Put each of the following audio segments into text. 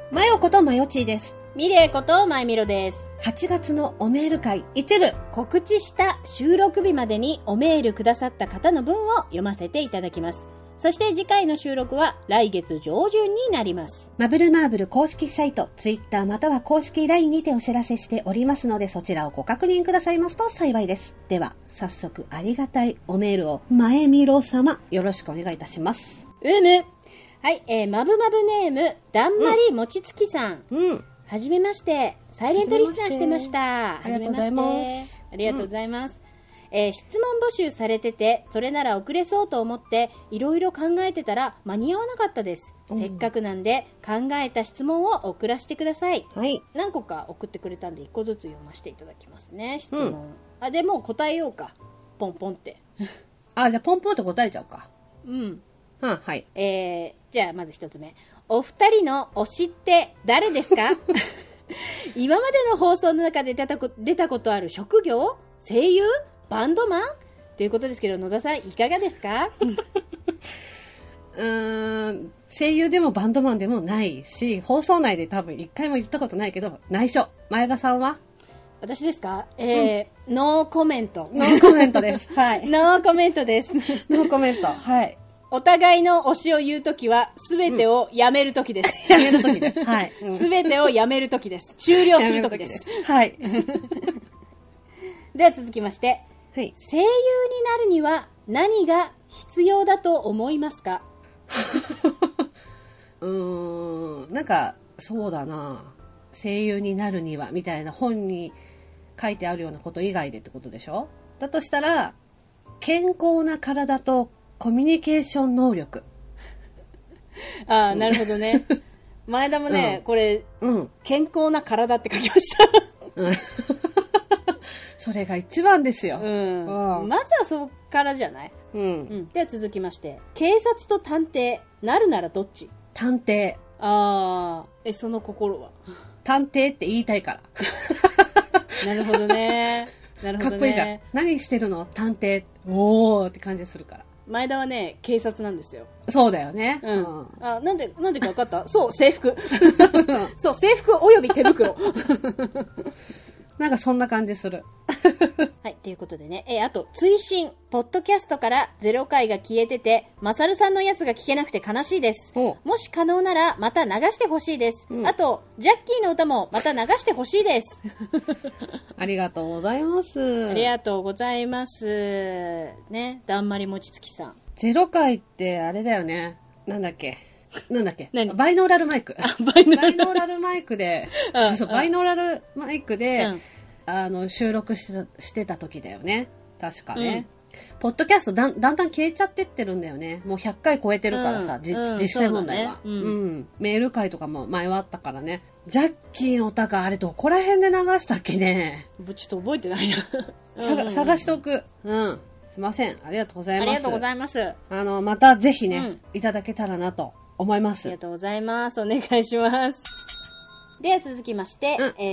マヨことマヨチーです。 ミレイことマイミロです。 8月のおメール会一部告知した収録日までにおメールくださった方の文を読ませていただきます。そして次回の収録は来月上旬になります。 マブルマーブル公式サイト、ツイッターまたは公式 LINE にてお知らせしておりますので、そちらをご確認くださいますと幸いです。では、早速ありがたいおメールをマエミロ様、よろしくお願いいたします。 はい、マブマブネーム、だんまりもちつきさん。はじめまして、サイレントリスナーしてました。 ありがとうございます。 ありがとうございます。質問募集されてて、それなら遅れそうと思って、いろいろ考えてたら間に合わなかったです。せっかくなんで、考えた質問を送らせてください。 はい。 何個か送ってくれたんで、1個ずつ読ませていただきますね、質問。でもう答えようか。ポンポンって。 じゃあポンポンって答えちゃうか。はい。 じゃあまず一つ目。お二人の推しって誰ですか？今までの放送の中で出たことある職業？声優？バンドマン？ということですけど、野田さんいかがですか？ 声優でもバンドマンでもないし、放送内で多分一回も言ったことないけど、内緒。前田さんは？ 私ですか？ノーコメント。 ノーコメントです。はい。 ノーコメントです。 ノーコメント。はい。 お互いの推しを言うときは、すべてをやめるときです。 やめるときです。はい。 すべてをやめるときです。終了するときです。 はい。 では続きまして、はい、声優になるには何が必要だと思いますか？ なんか、そうだな。声優になるには、みたいな本に書いてあるようなこと以外でってことでしょ？だとしたら、健康な体とコミュニケーション能力。 なるほどね。前田もね、これ、健康な体って書きました。 それが一番ですよ。 まずはそこからじゃない？では続きまして、警察と探偵、なるならどっち？ 探偵。 その心は？ 探偵って言いたいから。 なるほどね。なるほどね。 かっこいいじゃん。何してるの？探偵。おーって感じするから。 前田はね、警察なんですよ。 そうだよね。 なんでか分かった？そう、制服。そう、制服および手袋。 なんかそんな感じする。 はい、ということでね。あと、追伸。ポッドキャストから0回が消えてて、マサルさんのやつが聞けなくて悲しいです。もし可能なら、また流してほしいです。あと、ジャッキーの歌もまた流してほしいです。 ありがとうございます。 ありがとうございます。ね、だんまりもちつきさん。 0回ってあれだよね。なんだっけバイノーラルマイク。 バイノーラルマイクで、バイノーラルマイクで、収録してた時だよね。確かね。ポッドキャストだんだん消えちゃってってるんだよね。もう100回超えてるからさ、実際問題は。メール会とかも前はあったからね。ジャッキーの歌があれどこら辺で流したっけね。 ちょっと覚えてないな。 探しておく。すいません。ありがとうございます。 ありがとうございます。 またぜひね、いただけたらなと思います。 ありがとうございます。お願いします。では続きまして、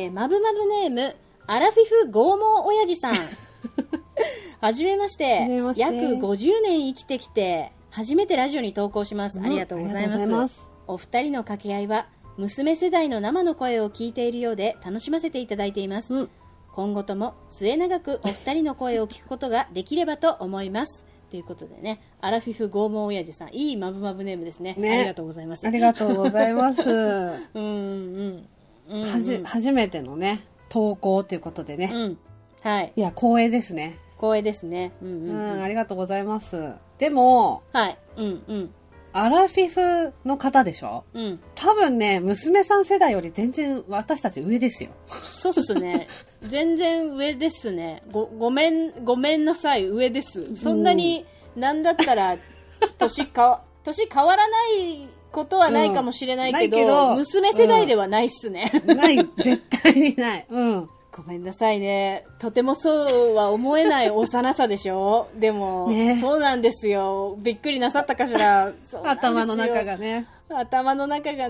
マブマブネーム、アラフィフ剛毛親父さん。はじめまして。約50年生きてきて、初めてラジオに投稿します。ありがとうございます。お二人の掛け合いは、娘世代の生の声を聞いているようで楽しませていただいています。今後とも末永くお二人の声を聞くことができればと思います。ということでね、アラフィフ剛毛親父さん、いいマブマブネームですね。ありがとうございます。 ありがとうございます。初めてのね、投稿ということでね。 はい。 いや、光栄ですね。 光栄ですね。 ありがとうございます。でも、 はい。 アラフィフの方でしょ？多分ね、娘さん世代より全然私たち上ですよ。 そうっすね。全然上ですね。ごめんなさい、上です。そんなに、なんだったら、年変わらないことはないかもしれないけど、娘世代ではないっすね。 ない、絶対にない。 ごめんなさいね。とてもそうは思えない幼さでしょ？でも、そうなんですよ。びっくりなさったかしら。 頭の中がね。 頭の中が、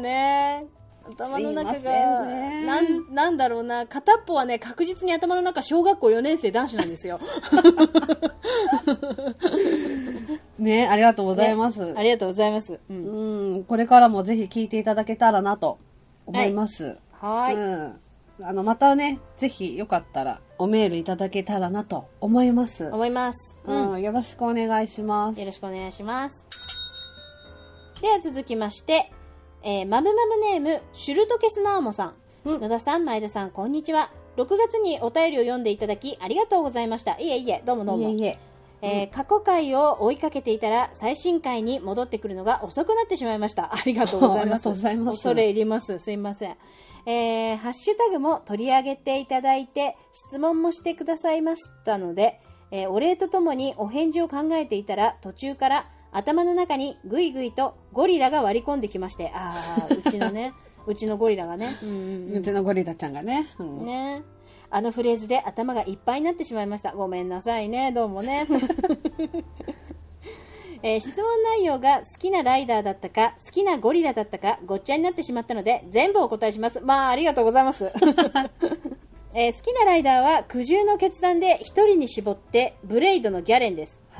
なんだろうな。片っぽはね、確実に頭の中、小学校4年生男子なんですよ。 ね、ありがとうございます。 ありがとうございます。 これからもぜひ聞いていただけたらなと思います。 はい。 またね、ぜひよかったらおメールいただけたらなと思います。 思います。 よろしくお願いします。 よろしくお願いします。では続きまして、マブマブネーム、シュルトケスナーモさん。野田さん、前田さん、こんにちは。6月にお便りを読んでいただき、ありがとうございました。いえいえ、どうもどうも。過去回を追いかけていたら、最新回に戻ってくるのが遅くなってしまいました。ありがとうございます。 ありがとうございます。 恐れ入ります。すいません。ハッシュタグも取り上げていただいて、質問もしてくださいましたので、お礼とともにお返事を考えていたら、途中から頭の中にぐいぐいとゴリラが割り込んできまして、うちのね、うちのゴリラがね。 うちのゴリラちゃんがね。 ね。あのフレーズで頭がいっぱいになってしまいました。ごめんなさいね。どうもね。質問内容が好きなライダーだったか、好きなゴリラだったか、ごっちゃになってしまったので、全部お答えします。ありがとうございます。好きなライダーは苦渋の決断で一人に絞って、ブレイドのギャレンです。好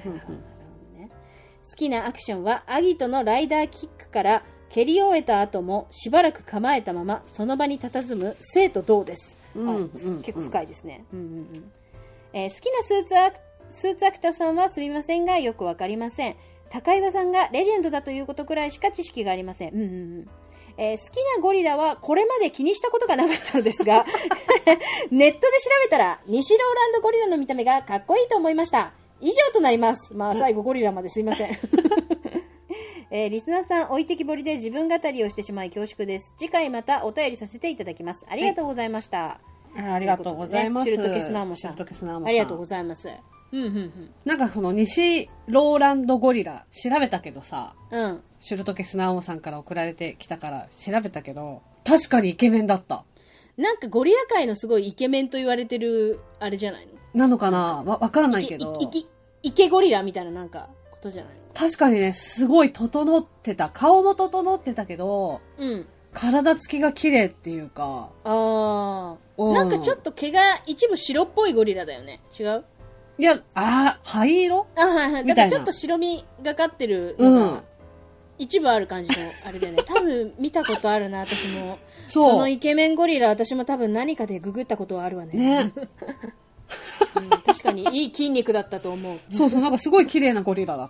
きなアクションはアギトのライダーキックから蹴り終えた後もしばらく構えたままその場に佇む生と同です。結構深いですね。好きなスーツアクターさんはすみませんがよくわかりません。高岩さんがレジェンドだということくらいしか知識がありません。好きなゴリラはこれまで気にしたことがなかったのですがネットで調べたら西ローランドゴリラの見た目がかっこいいと思いました。以上となります。最後ゴリラまですいません。リスナーさん置いてきぼりで自分語りをしてしまい恐縮です。次回またお便りさせていただきます。ありがとうございました。 ありがとうございます。 シュルトケスナーモさん。ありがとうございます。 なんかその西ローランドゴリラ調べたけどさ、シュルトケスナーモさんから送られてきたから調べたけど、確かにイケメンだった。 なんかゴリラ界のすごいイケメンと言われてるあれじゃないの？ なのかな？わかんないけど。 イケゴリラみたいななんかことじゃないの？ 確かにね、すごい整ってた。顔も整ってたけど、体つきが綺麗っていうか。 なんかちょっと毛が一部白っぽいゴリラだよね。違う？ いや、灰色？ はい。だからちょっと白みがかってるのが、一部ある感じのあれだよね。多分見たことあるな、私も。そのイケメンゴリラ、私も多分何かでググったことはあるわね。確かにいい筋肉だったと思う。 そう、なんかすごい綺麗なゴリラだった。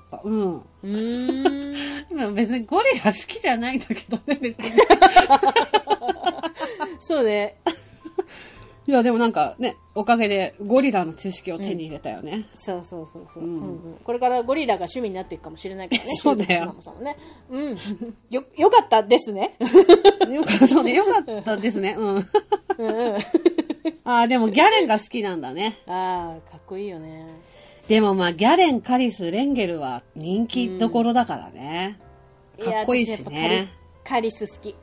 別にゴリラ好きじゃないんだけどね、別に。 そうね。 いや、でもなんかね、おかげでゴリラの知識を手に入れたよね。 そう。これからゴリラが趣味になっていくかもしれないからね。 そうだよ。 よかったですね。 よかったですね。でもギャレンが好きなんだね。 かっこいいよね。 でもギャレン、カリス、レンゲルは人気どころだからね。かっこいいしね。 カリス好き。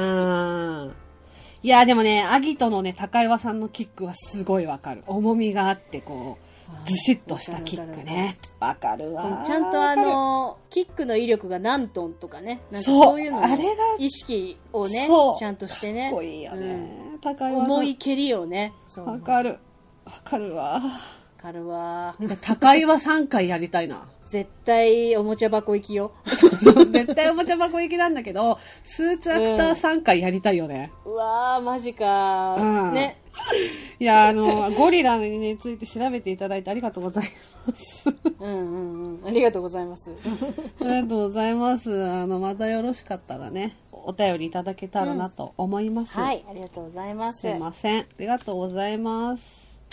いや、でもね、アギトのね、高岩さんのキックはすごいわかる。重みがあって、こう、ずしっとしたキックね。わかるわ。 ちゃんとキックの威力が何トンとかね。なんかそういうのの意識をね、ちゃんとしてね。 かっこいいよね。高岩さん。 重い蹴りをね。 わかるわ。高岩3回やりたいな。 絶対おもちゃ箱行きよ。 絶対おもちゃ箱行きなんだけど、スーツアクター3回やりたいよね。 うわー、マジか。ね。 いや、ゴリラについて調べていただいてありがとうございます。 ありがとうございます。 ありがとうございます。またよろしかったらね、お便りいただけたらなと思います。 はい、ありがとうございます。 すいません。ありがとうございます。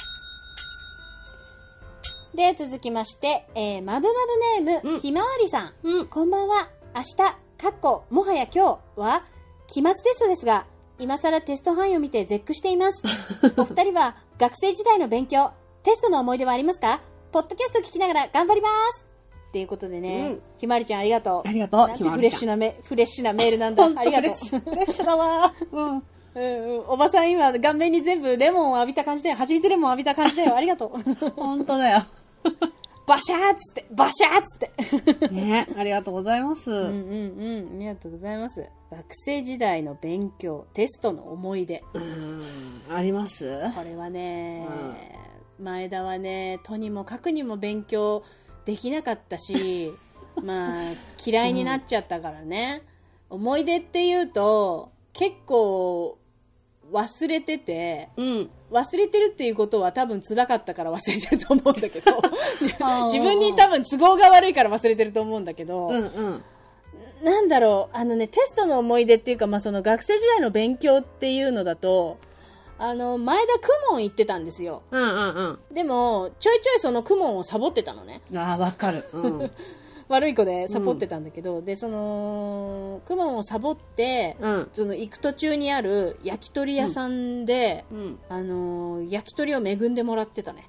で、続きまして、マブマブネーム、ひまわりさん。こんばんは。明日、もはや今日は、期末テストですが、今更テスト範囲を見て絶句しています。お二人は、学生時代の勉強、テストの思い出はありますか？ポッドキャスト聞きながら頑張りますっていうことでね、ひまわりちゃんありがとう。 ありがとう。 なんてフレッシュなメールなんだ。ありがとう。 フレッシュだわ。 おばさん今、顔面に全部レモンを浴びた感じだよ。蜂蜜レモンを浴びた感じだよ。ありがとう。 本当だよ。 バシャーっつって、バシャーっつって。 ね、ありがとうございます。 ありがとうございます。学生時代の勉強、テストの思い出。 あります？ これはね、前田はね、とにもかくにも勉強できなかったし、嫌いになっちゃったからね。思い出っていうと、 結構忘れてて、 うん。 忘れてるっていうことは多分辛かったから忘れてると思うんだけど、自分に多分都合が悪いから忘れてると思うんだけど、 うんうん。 なんだろう、テストの思い出っていうか、まあ、その学生時代の勉強っていうのだと、前田公文行ってたんですよ。 うんうんうん。 でも、ちょいちょいその公文をサボってたのね。 ああ、わかる。うん。 悪い子でサボってたんだけど、で、その、公文をサボって、その行く途中にある焼き鳥屋さんで、焼き鳥を恵んでもらってたね。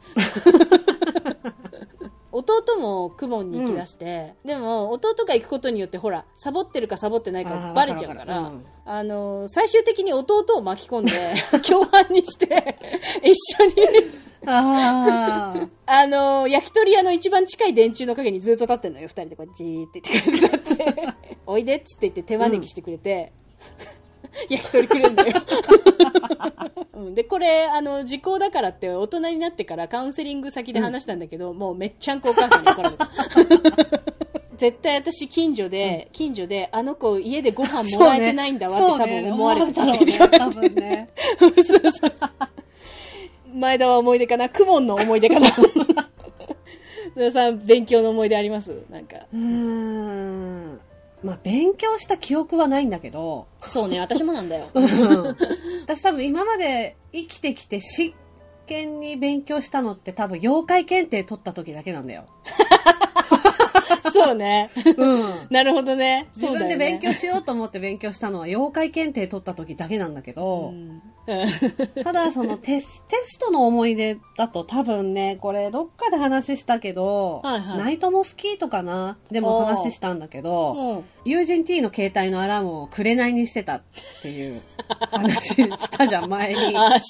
弟も公文に行き出して、でも弟が行くことによってほらサボってるかサボってないかバレちゃうから、最終的に弟を巻き込んで共犯にして一緒に焼き鳥屋の一番近い電柱の陰にずっと立ってんのよ。二人でこうじーって言って立っておいでっつって言って手招きしてくれて、焼き鳥くれんだよ。で、これ、時効だからって大人になってからカウンセリング先で話したんだけど、もうめっちゃんこお母さんに怒られた。絶対私近所で、あの子家でご飯もらえてないんだわって多分思われてたって言われて。多分ね。そう。前田は思い出かな、公文の思い出かな。それさん、勉強の思い出あります？なんか。 まあ、勉強した記憶はないんだけど。 そうね、私もなんだよ。 私多分今まで生きてきて真剣に勉強したのって多分妖怪検定取った時だけなんだよ。 そうね。なるほどね。 自分で勉強しようと思って勉強したのは妖怪検定取った時だけなんだけど、ただそのテストの思い出だと多分ね、これどっかで話したけど、ナイトモスキートかなでも話したんだけど、友人 T の携帯のアラームを紅にしてたっていう話したじゃん、前に。 した。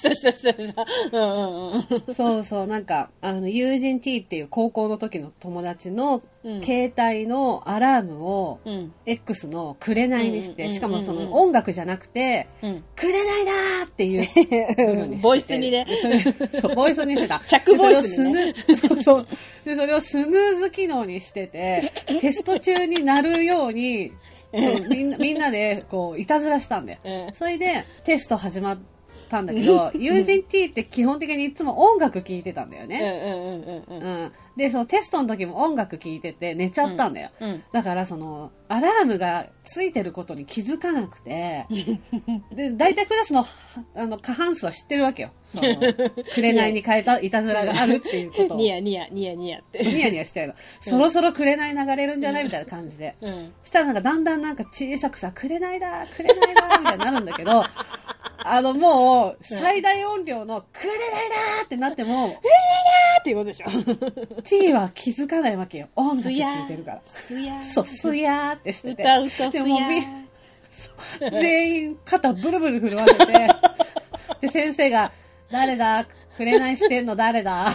そう、なんか、友人 T っていう高校の時の友達の携帯のアラームを X の紅にして、しかもその音楽じゃなくて、紅だーっていう風にして。 ボイスにね。 そう、ボイスにしてた。 着ボイスにね。 そう。で、それをスヌーズ機能にしてて、テスト中になるように、みんなでこういたずらしたんだよ。それでテスト始まったんだけど、友人 T って基本的にいつも音楽聴いてたんだよね。で、そのテストの時も音楽聴いてて寝ちゃったんだよ。だからそのアラームがついてることに気づかなくて、で、大体クラスの過半数は知ってるわけよ。その紅に変えたいたずらがあるっていうことを。 ニヤニヤって。 ニヤニヤしてるの。そろそろ紅流れるんじゃないみたいな感じで。そしたらなんかだんだんなんか小さくさ、紅だみたいになるんだけど、もう、最大音量の、紅だってなっても、紅だっていうことでしょ。 T は気づかないわけよ。音楽聴いてるから。そう、すやーってしてて。でも全員肩ブルブル震わせて、で、先生が、誰だ紅してんの誰だ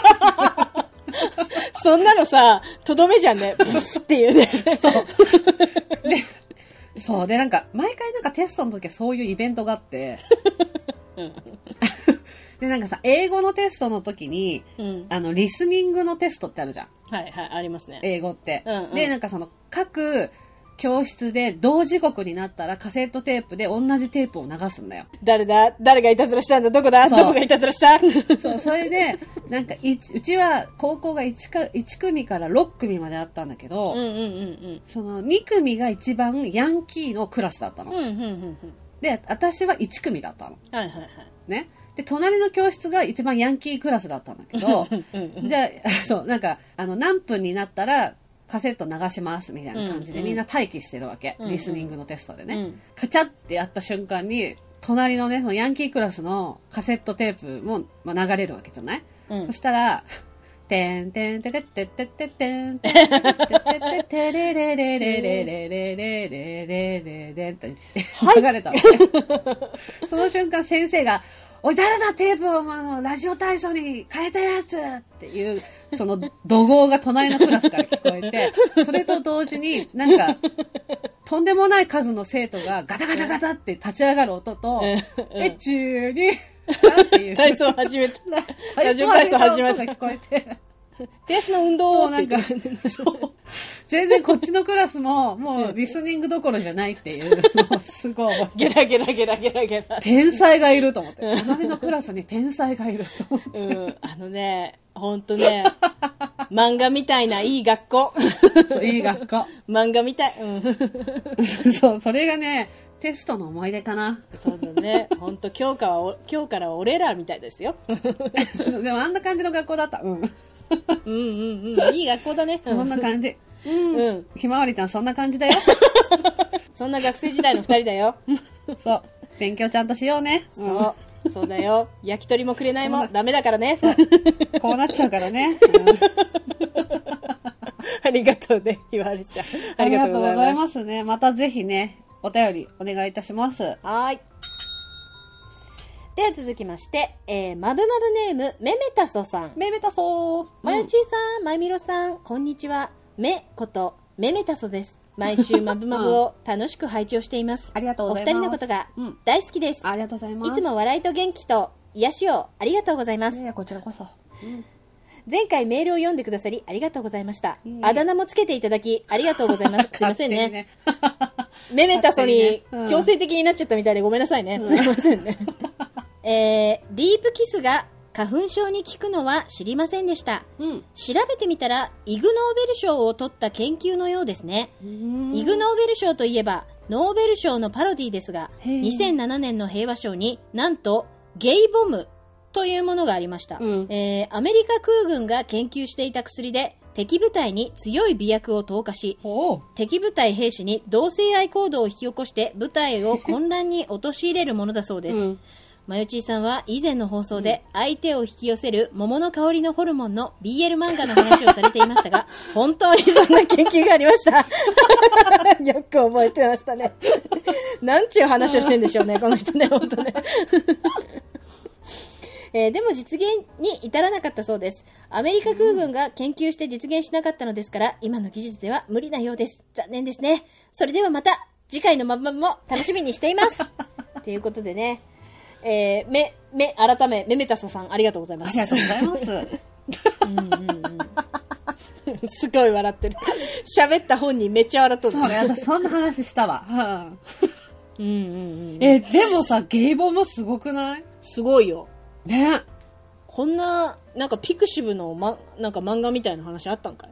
そんなのさ、とどめじゃんね。ブッっていうね。 そう。で、なんか、毎回なんかテストの時はそういうイベントがあって、で、なんかさ、英語のテストの時に、リスニングのテストってあるじゃん。 はいはい、ありますね。 英語って。で、なんかその、各教室で同時刻になったらカセットテープで同じテープを流すんだよ。 誰がいたずらしたんだどこがいたずらしたそう、それで、なんかうちは高校が1組から6組まであったんだけど、その2組が一番ヤンキーのクラスだったの。で、私は1組だったの。ね。で、隣の教室が一番ヤンキークラスだったんだけど、じゃあ、そう、なんか、何分になったら、カセット流しますみたいな感じでみんな待機してるわけ。リスニングのテストでね。カチャってやった瞬間に、隣のね、そのヤンキークラスのカセットテープも、流れるわけじゃない？そしたら、てんてんててててててんてんてててれれれれれれれれれれれって流れたわけ。その瞬間先生が、おい、誰だテープをラジオ体操に変えたやつっていう、その怒号が隣のクラスから聞こえて、それと同時になんか、とんでもない数の生徒がガタガタガタって立ち上がる音と、12、3っていう。 体操始めた。 ラジオ体操始めた。聞こえて。 手足の運動をなんか、そう。全然こっちのクラスも、もうリスニングどころじゃないっていう、すごい。 ゲラゲラゲラゲラゲラ。 天才がいると思って。隣のクラスに天才がいると思って。 ほんとね、漫画みたいないい学校。 そう、いい学校。 漫画みたい。 そう、それがね、テストの思い出かな。 そうだね。ほんと、今日から俺らみたいですよ。 でもあんな感じの学校だった。 いい学校だね。 そんな感じ。ひまわりちゃんそんな感じだよ。 そんな学生時代の二人だよ。 そう。勉強ちゃんとしようね。 そうだよ。焼き鳥もくれないもダメだからね。 こうなっちゃうからね。 ありがとうね、ひまわりちゃん。 ありがとうございますね。またぜひね、お便りお願いいたします。 はい。では続きまして、まぶまぶネーム、めめたそさん。 めめたそまゆちーさん、まゆみろさん、こんにちは。めことめめたそです。毎週まぶまぶを楽しく拝聴しています。 ありがとうございます。 お二人のことが大好きです。 ありがとうございます。 いつも笑いと元気と癒しをありがとうございます。 こちらこそ。 前回メールを読んでくださりありがとうございました。あだ名もつけていただきありがとうございます。すいませんね。めめたそに強制的になっちゃったみたいでごめんなさいね。すいませんね。ディープキスが花粉症に効くのは知りませんでした。調べてみたらイグ・ノーベル賞を取った研究のようですね。イグ・ノーベル賞といえばノーベル賞のパロディですが、2007年の平和賞になんとゲイボムというものがありました。アメリカ空軍が研究していた薬で敵部隊に強い媚薬を投下し、敵部隊兵士に同性愛行動を引き起こして部隊を混乱に陥れるものだそうです。まよちーさんは以前の放送で相手を引き寄せる桃の香りのホルモンの BL 漫画の話をされていましたが、本当にそんな研究がありました。よく覚えてましたね。なんちゅう話をしてんでしょうね、この人ね、本当ね。でも実現に至らなかったそうです。アメリカ空軍が研究して実現しなかったのですから、今の技術では無理なようです。残念ですね。それではまた次回のマブマブも楽しみにしています。ということでね、改め、めめたそさん、ありがとうございます。 ありがとうございます。 すごい笑ってる。喋った本人めっちゃ笑っとる。 そうね、私そんな話したわ。でもさ、ゲイボもすごくない？ すごいよ。 ね。 こんな、なんかピクシブの、なんか漫画みたいな話あったんかい？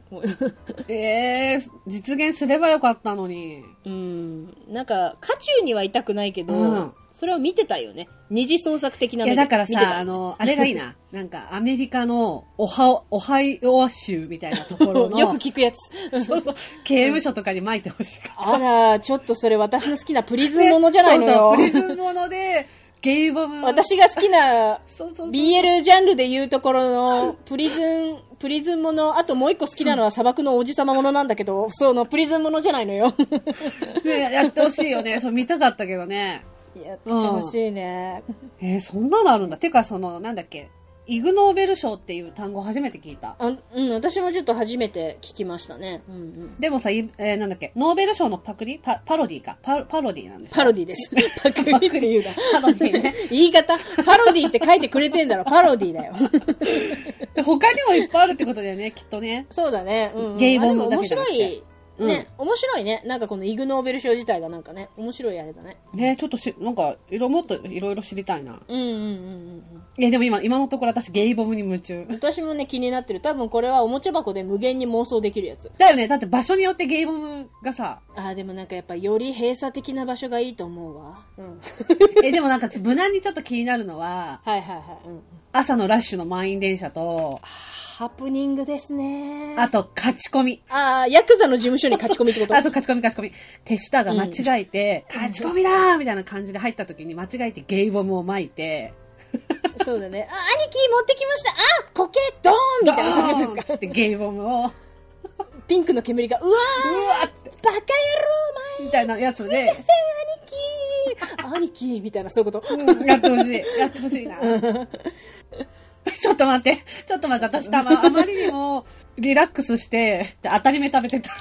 実現すればよかったのに。 なんか、渦中にはいたくないけど、それを見てたよね。二次創作的な目で。 いや、だからさ、あれがいいな。なんか、アメリカのオハイオ州みたいなところの。 よく聞くやつ。 そうそう。刑務所とかに巻いてほしかった。 あら、ちょっとそれ私の好きなプリズンものじゃないのよ。 そう、プリズンもので、ゲイボム。 私が好きな、BL ジャンルでいうところの、プリズンもの、あともう一個好きなのは砂漠の王子様ものなんだけど、そのプリズンものじゃないのよ。 やってほしいよね。そう見たかったけどね。 やってほしいね。 そんなのあるんだ。てか、なんだっけ、イグ・ノーベル賞っていう単語初めて聞いた。 私もちょっと初めて聞きましたね。 でもさ、なんだっけ、ノーベル賞のパロディか。パロディなんですパロディです。パクリって言うな。 パロディね。 言い方、パロディって書いてくれてんだろ。パロディだよ。 他にもいっぱいあるってことだよね、きっとね。 そうだね。 ゲイボムだけじゃなくて。 面白い。ね、面白いね。なんかこのイグ・ノーベル賞自体がなんかね、面白いあれだね。 ね、ちょっとなんか、もっといろいろ知りたいな。でも今のところ私ゲイボムに夢中。 私もね、気になってる。多分これはおもちゃ箱で無限に妄想できるやつ。 だよね。だって場所によってゲイボムがさ。 でもなんかやっぱより閉鎖的な場所がいいと思うわ。 でもなんか無難にちょっと気になるのは、朝のラッシュの満員電車と、 ハプニングですね。 あと、勝ち込み。 ヤクザの事務所に勝ち込みってこと？ そう、勝ち込み。手下が間違えて、勝ち込みだーみたいな感じで入った時に間違えてゲイボムを巻いて。 そうだね。兄貴持ってきました。コケドーンみたいな感じですか。 ってゲイボムを。 ピンクの煙が、うわーってバカ野郎お前みたいなやつで。 すいません、兄貴みたいな、そういうこと。 やってほしいな。ちょっと待って、私あまりにもリラックスして、当たり目食べてた。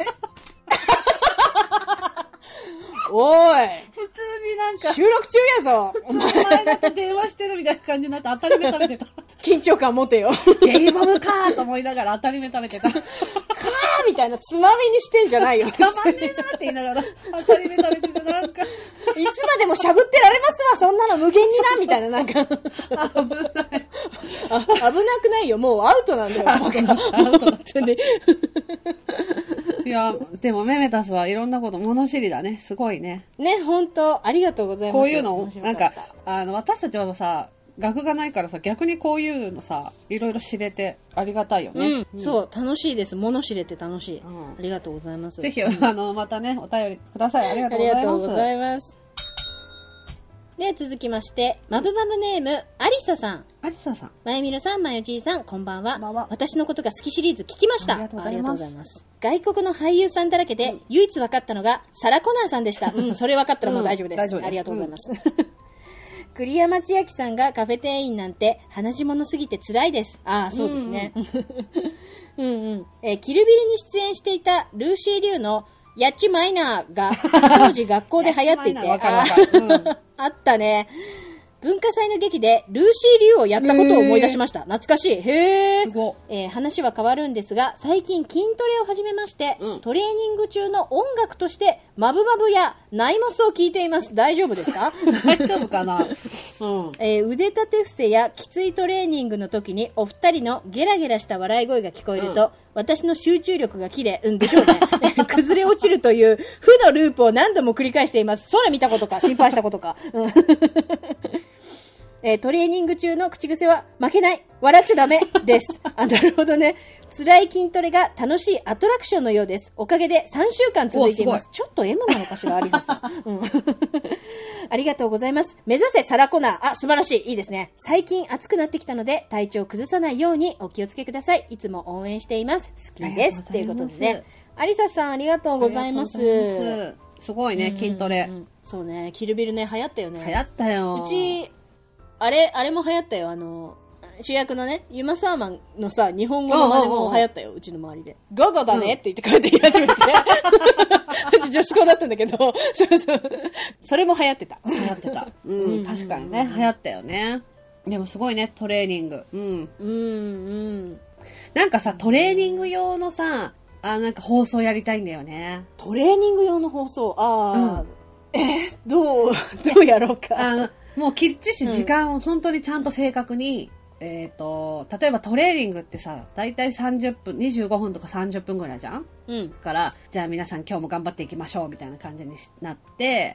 おい、 普通になんか収録中やぞ。 お前だと電話してるみたいな感じになって当たり目食べてた。 緊緊張感持てよ。 ゲイバブかーと思いながら当たり目食べてた。 かーみたいなつまみにしてんじゃないよ。 たまんねえなって言いながら当たり目食べてて、なんか。 いつまでもしゃぶってられますわ、そんなの無限にな、みたいな、なんか。危ない。 危なくないよ、もうアウトなんだよ。アウトだってね。 いや、でもメメタスはいろんなこと、物知りだね。すごいね。 ね、本当ありがとうございます。 こういうの、なんか、私たちはさ、学がないからさ、逆にこういうのさ、いろいろ知れてありがたいよね。 うん、そう、楽しいです。物知れて楽しい。ありがとうございます。 ぜひ、またね、お便りください。ありがとうございます。 ありがとうございます。で、続きまして、マブマブネーム、アリサさん。 アリサさん。 まゆみるさん、まゆちーさん、こんばんは。こんばんは。私のことが好きシリーズ聞きました。ありがとうございます。外国の俳優さんだらけで、唯一分かったのが、サラ・コナーさんでした。それ分かったらもう大丈夫です。ありがとうございます。栗山千明さんがカフェ店員なんて、鼻血物すぎて辛いです。ああ、そうですね。キルビルに出演していたルーシー・リュウのヤッチマイナーが当時学校で流行っていて、あったね。文化祭の劇でルーシー・リュウをやったことを思い出しました。懐かしい。へー。話は変わるんですが、最近筋トレを始めまして、トレーニング中の音楽として、マブマブやナイモスを聴いています。大丈夫ですか？ 大丈夫かな、 腕立て伏せやきついトレーニングの時にお二人のゲラゲラした笑い声が聞こえると、私の集中力が切れ、でしょうね。崩れ落ちるという負のループを何度も繰り返しています。それ見たことか、心配したことか。トレーニング中の口癖は、負けない、笑っちゃダメです。なるほどね。辛い筋トレが楽しいアトラクションのようです。おかげで3週間続いています。ちょっと M なのかしら、アリサさん。ありがとうございます。目指せサラコナー。素晴らしい。いいですね。最近暑くなってきたので、体調を崩さないようにお気をつけください。いつも応援しています。好きです。ということでね。アリサさん、ありがとうございます。 すごいね、筋トレ。 そうね、キルビルね、流行ったよね。 流行ったよ。 うち、あれも流行ったよ。主役のね、ユマサーマンのさ、日本語の真似も流行ったよ。うちの周りで。ゴゴだねって言ってこうやって言い始めて。うち女子校だったんだけど、それも流行ってた。 流行ってた。確かにね、流行ったよね。でもすごいね、トレーニング。なんかさ、トレーニング用のさ、なんか放送やりたいんだよね。 トレーニング用の放送どうやろうか。 もうきっちし時間を本当にちゃんと正確に、例えばトレーニングってさ、だいたい30分、25分とか30分ぐらいじゃん？から、じゃあ皆さん今日も頑張っていきましょうみたいな感じになって、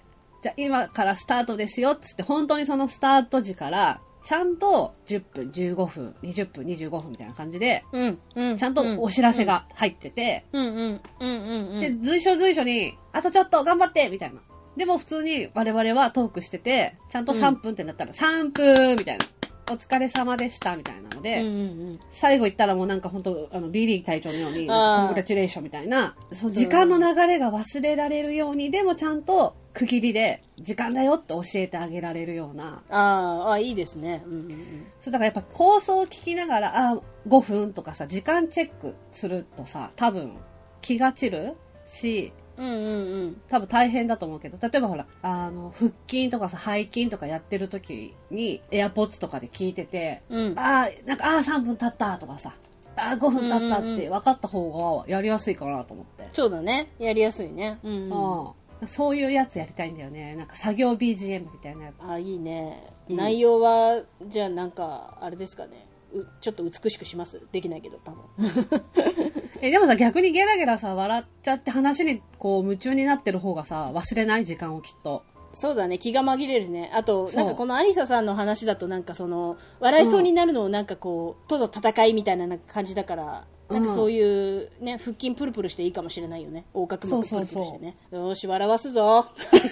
じゃあ今からスタートですよっつって、本当にそのスタート時から、ちゃんと10分、15分、20分、25分みたいな感じで、ちゃんとお知らせが入ってて、で、随所随所に、あとちょっと頑張ってみたいな。でも普通に我々はトークしてて、ちゃんと3分ってなったら3分みたいな。お疲れ様でしたみたいなので、最後言ったらもうなんか本当ビリー隊長のようにコングラチュレーションみたいな、その時間の流れが忘れられるように、でもちゃんと区切りで時間だよって教えてあげられるような。 いいですね。 そうだからやっぱ放送を聞きながら5分とかさ、時間チェックするとさ、多分気が散るし、多分大変だと思うけど、例えばほら、腹筋とかさ、背筋とかやってる時に、エアポッツとかで聞いてて、なんか、3分経ったとかさ、5分経ったって分かった方がやりやすいかなと思って。 そうだね。やりやすいね。 そういうやつやりたいんだよね。なんか作業 BGM みたいなやつ。 いいね。内容は、じゃあなんか、あれですかね。ちょっと美しくします。できないけど、多分。 でもさ、逆にゲラゲラさ、笑っちゃって話にこう夢中になってる方がさ、忘れない時間をきっと。 そうだね、気が紛れるね。あと、なんかこのアリサさんの話だとなんかその、笑いそうになるのをなんかこう、との戦いみたいな感じだから、なんかそういうね、腹筋プルプルしていいかもしれないよね。横隔膜プルプルしてね。よーし、笑わすぞ。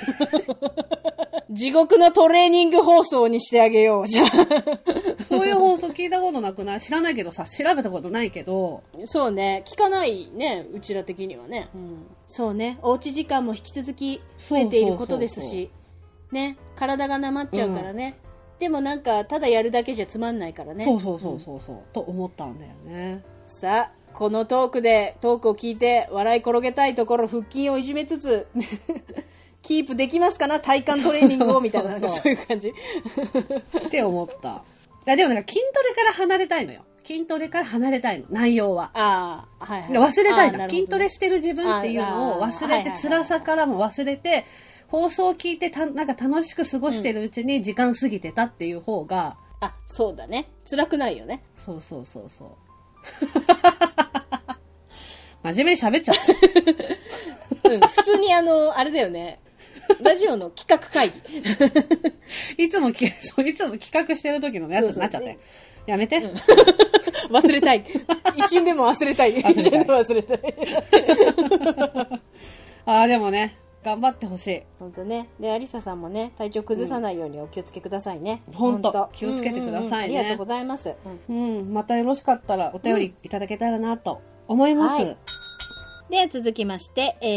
地獄のトレーニング放送にしてあげよう、じゃあ。 そういう放送聞いたことなくない？知らないけどさ、調べたことないけど。 そうね、聞かないね、うちら的にはね。そうね、おうち時間も引き続き増えていることですし、ね、体がなまっちゃうからね。でもなんか、ただやるだけじゃつまんないからね。 そう、と思ったんだよね。 さあ、このトークを聞いて笑い転げたいところ、腹筋をいじめつつ、キープできますかな、体幹トレーニングをみたいな、そういう感じ。 って思った。 でもなんか筋トレから離れたいのよ。筋トレから離れたいの、内容は。 はいはい。 忘れたいじゃん。筋トレしてる自分っていうのを忘れて、辛さからも忘れて、放送を聞いてなんか楽しく過ごしてるうちに時間過ぎてたっていう方が、 そうだね。辛くないよね。 そう。真面目に喋っちゃった。 普通にあれだよね。ラジオの企画会議。いつも企画してる時のやつになっちゃって。やめて。 忘れたい。一瞬でも忘れたい。一瞬でも忘れたい。 でもね、頑張ってほしい。 本当ね。で、アリサさんもね、体調崩さないようにお気をつけくださいね。 本当気をつけてくださいね。 ありがとうございます。 またよろしかったらお便りいただけたらなと思います。 では続きまして、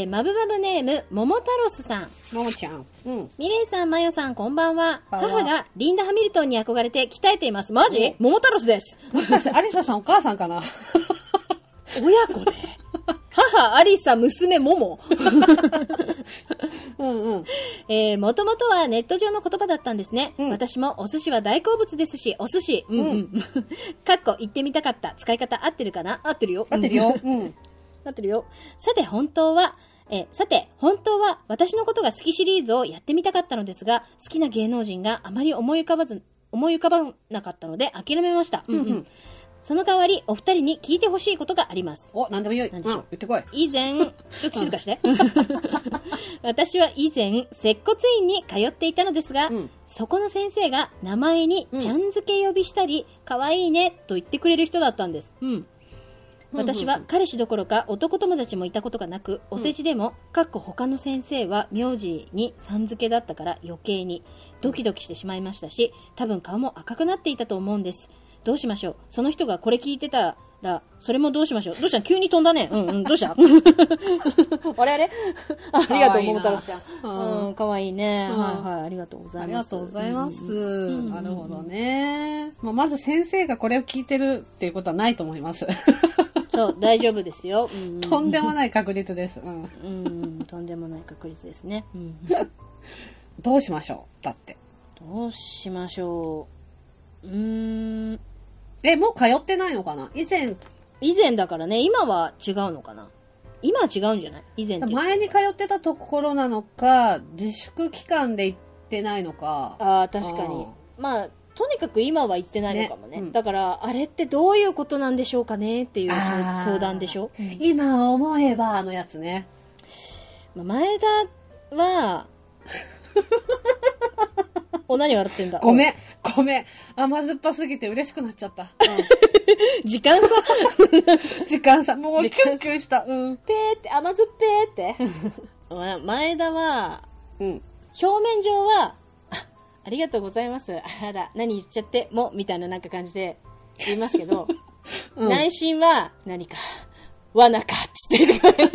マブマブネーム、桃太郎さん。 ももちゃん。 ミレイさん、マヨさん、こんばんは。母がリンダ・ハミルトンに憧れて鍛えています。マジ？桃太郎です。 もしかしてアリサさんお母さんかな？ 親子で。母、アリサ、娘、モモ。もともとはネット上の言葉だったんですね。私もお寿司は大好物ですし、お寿司。かっこ言ってみたかった。使い方合ってるかな？合ってるよ。 合ってるよ。 なってるよ。さて本当は私のことが好きシリーズをやってみたかったのですが、好きな芸能人があまり思い浮かばなかったので諦めました。その代わりお二人に聞いてほしいことがあります。 なんでもいいよ。言ってこい。 以前、ちょっと静かして。私は以前、接骨院に通っていたのですが、そこの先生が名前にちゃん付け呼びしたり、可愛いねと言ってくれる人だったんです。私は彼氏どころか男友達もいたことがなく、お世辞でも、他の先生は名字にさん付けだったから余計にドキドキしてしまいましたし、多分顔も赤くなっていたと思うんです。どうしましょう。その人がこれ聞いてたら、それもどうしましょう。どうした？急に飛んだね。どうした？あれありがとう、桃太郎ちゃん。かわいいね。ありがとうございます。 ありがとうございます。なるほどね。まず先生がこれを聞いてるっていうことはないと思います。 そう、大丈夫ですよ。 とんでもない確率です。 とんでもない確率ですね。 どうしましょう？だって。 どうしましょう。 もう通ってないのかな？以前だからね、今は違うのかな？今は違うんじゃない？以前って。 前に通ってたところなのか、自粛期間で行ってないのか。 確かに。とにかく今は言ってないのかもね。だから、あれってどういうことなんでしょうかねっていう相談でしょ。 今思えばのやつね。 前田は、何笑ってんだ。 ごめん。甘酸っぱすぎて嬉しくなっちゃった。 時間差。もうキュンキュンした。ペーって、甘酸っぺーって。前田は、表面上は、ありがとうございます。何言っちゃっても、みたいな感じで言いますけど、内心は、何か、罠か、つって。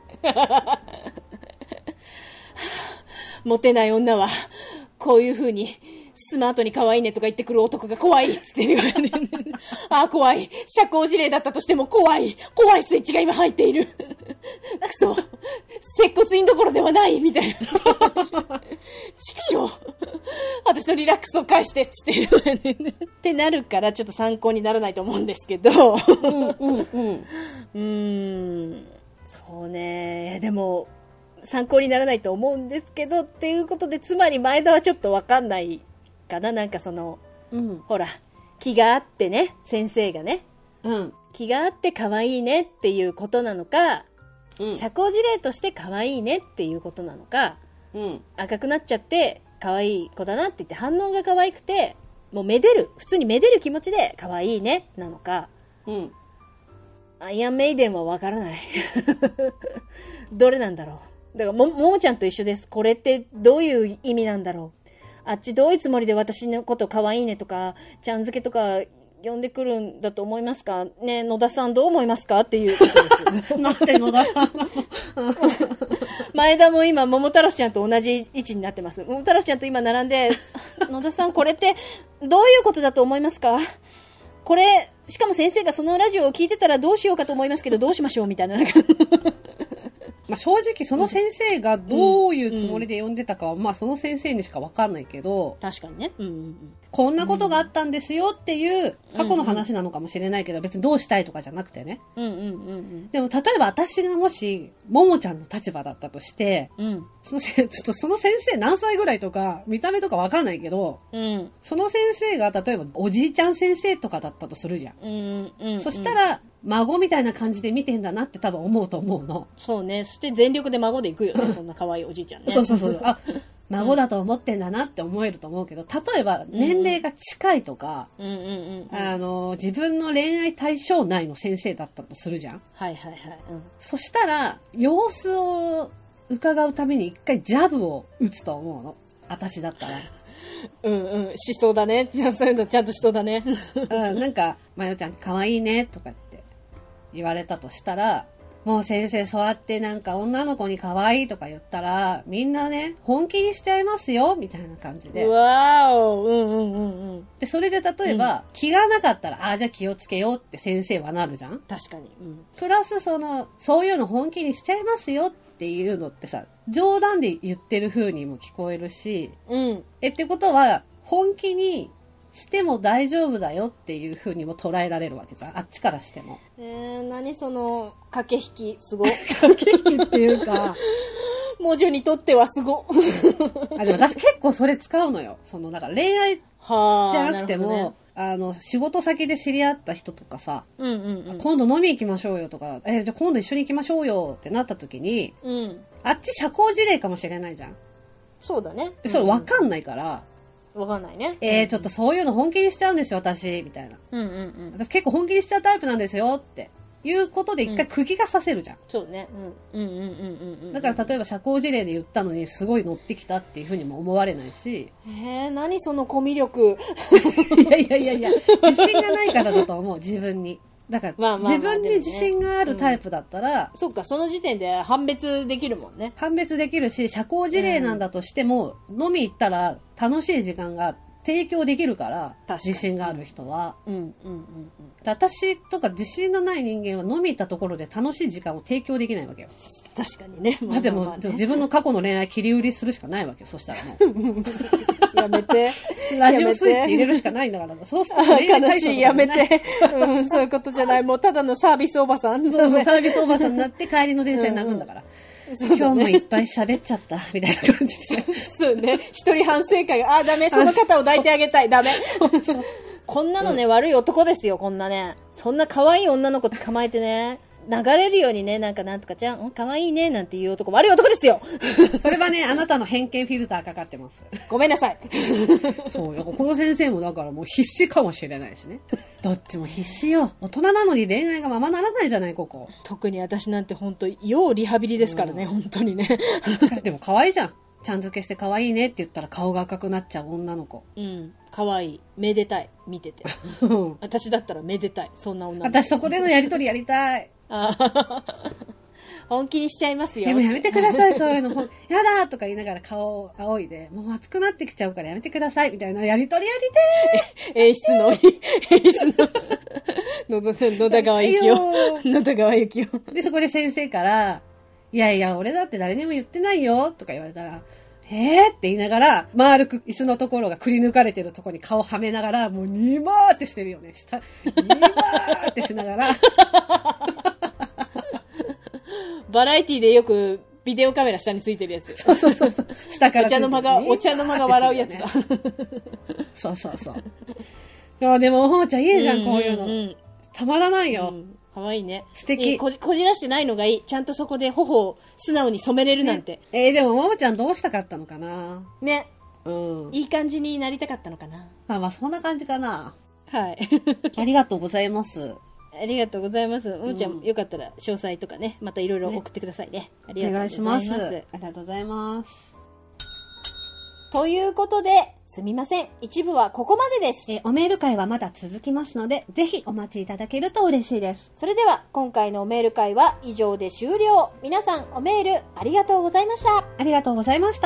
モテない女は、こういう風に、スマートに可愛いねとか言ってくる男が怖いって言われて、怖い。社交辞令だったとしても怖いスイッチが今入っている。くそ。接骨院どころではないみたいな。畜生。私のリラックスを返してっつってってなるからちょっと参考にならないと思うんですけど。そうね。でも、参考にならないと思うんですけどっていうことで、つまり前田はちょっとわかんないかな。ほら、気があってね、先生がね。気があって可愛いねっていうことなのか、社交辞令として可愛いねっていうことなのか、赤くなっちゃって可愛い子だなって言って反応が可愛くて、もう普通にめでる気持ちで可愛いねなのか、アイアンメイデンはわからない。どれなんだろう。だからももちゃんと一緒です。これってどういう意味なんだろう。あっちどういうつもりで私のこと可愛いねとか、ちゃん付けとか呼んでくるんだと思いますかね。野田さんどう思いますかっていうことです。 待って、野田さん。 前田も今、桃太郎ちゃんと同じ位置になってます。桃太郎ちゃんと今並んで、野田さんこれってどういうことだと思いますか？これ、しかも先生がそのラジオを聞いてたらどうしようかと思いますけど、どうしましょうみたいな。 まあ、正直その先生がどういうつもりで呼んでたかは、まあその先生にしかわかんないけど、 確かにね。 こんなことがあったんですよっていう過去の話なのかもしれないけど、別にどうしたいとかじゃなくてね。でも例えば私がもし、ももちゃんの立場だったとして、ちょっとその先生何歳ぐらいとか、見た目とかわかんないけど、その先生が例えばおじいちゃん先生とかだったとするじゃん。そしたら、孫みたいな感じで見てんだなって多分思うと思うの。 そうね。そして全力で孫で行くよね。そんな可愛いおじいちゃんね。 そう。あ、孫だと思ってんだなって思えると思うけど、例えば年齢が近いとか、自分の恋愛対象内の先生だったとするじゃん。そしたら、様子を伺うために一回ジャブを打つと思うの。私だったら。 しそうだね。そういうのちゃんとしそうだね。 なんか、まよちゃん可愛いねとかって言われたとしたら、もう先生そうやってなんか女の子に可愛いとか言ったら、みんなね、本気にしちゃいますよ、みたいな感じで。 わーお。 で、それで例えば、気がなかったら、じゃあ気をつけようって先生はなるじゃん。 確かに。 プラスそういうの本気にしちゃいますよっていうのってさ、冗談で言ってる風にも聞こえるし、ってことは、本気にしても大丈夫だよっていう風にも捉えられるわけじゃん。あっちからしても。 何その駆け引き、すごい。 駆け引きっていうか、 文字にとってはすご。 でも私結構それ使うのよ。だから恋愛じゃなくても、仕事先で知り合った人とかさ、今度飲み行きましょうよとか、じゃあ今度一緒に行きましょうよってなった時に、あっち社交辞令かもしれないじゃん。 そうだね。 それ分かんないから、 わかんないね。 ちょっとそういうの本気にしちゃうんですよ、私、みたいな。私結構本気にしちゃうタイプなんですよ、っていうことで一回釘が刺せるじゃん。 そうね。 だから例えば社交辞令で言ったのにすごい乗ってきたっていうふうにも思われないし。 何そのコミュ力。 いや、自信がないからだと思う、自分に。だから、自分に自信があるタイプだったら、 そっか、その時点で判別できるもんね。 判別できるし、社交辞令なんだとしても、飲み行ったら楽しい時間が提供できるから、自信がある人は。私とか自信のない人間は飲み行ったところで楽しい時間を提供できないわけよ。 確かにね。 だってもう、自分の過去の恋愛切り売りするしかないわけよ、そしたらもう。やめて。 ラジオスイッチ入れるしかないんだから。そうすると恋愛対象とか悲しい、やめて。そういうことじゃない。もうただのサービスおばさん。 そう、サービスおばさんになって帰りの電車に泣くんだから。今日もいっぱい喋っちゃった、みたいな感じで。 そうね。一人反省会が、ダメ、その方を抱いてあげたい、ダメ。こんなのね、悪い男ですよ、こんなね。そんな可愛い女の子って構えてね、流れるようにね、なんとかちゃん、可愛いね、なんていう男、悪い男ですよ。 それはね、あなたの偏見フィルターかかってます。 ごめんなさい。 そうよ。この先生もだからもう必死かもしれないしね。どっちも必死よ。大人なのに恋愛がままならないじゃない、ここ。 特に私なんて本当要リハビリですからね、本当にね。 でも可愛いじゃん。ちゃん付けして可愛いねって言ったら顔が赤くなっちゃう女の子。 可愛い。めでたい。見てて。私だったらめでたい。そんな女の子。 私そこでのやりとりやりたい。 本気にしちゃいますよ。 でもやめてください、そういうの。やだーとか言いながら顔を仰いで、もう熱くなってきちゃうからやめてください、みたいなやりとりやりてー。 演出の、野田川ゆきお。野田川ゆきお。 で、そこで先生から、いやいや、俺だって誰にも言ってないよ、とか言われたら、って言いながら、丸く椅子のところがくり抜かれてるところに顔はめながら、もうニマーってしてるよね。ニマーってしながら。 バラエティでよくビデオカメラ下についてるやつ。 そう。下からついてる。 お茶の間が笑うやつだ。 そう。でも、ほうちゃんいいじゃん、こういうの。たまらないよ。 かわいいね。 素敵。 こじらしてないのがいい。ちゃんとそこで頬を素直に染めれるなんて。 でも、ももちゃんどうしたかったのかなね。いい感じになりたかったのかな。 まあ、そんな感じかな。 はい。 ありがとうございます。 ありがとうございます。ももちゃん、よかったら詳細とかね、またいろいろ送ってくださいね。ありがとうございます。お願いします。ありがとうございます。 ということで、すみません。一部はここまでです。 おメール会はまだ続きますので、ぜひお待ちいただけると嬉しいです。 それでは、今回のおメール会は以上で終了。皆さん、おメールありがとうございました。 ありがとうございました。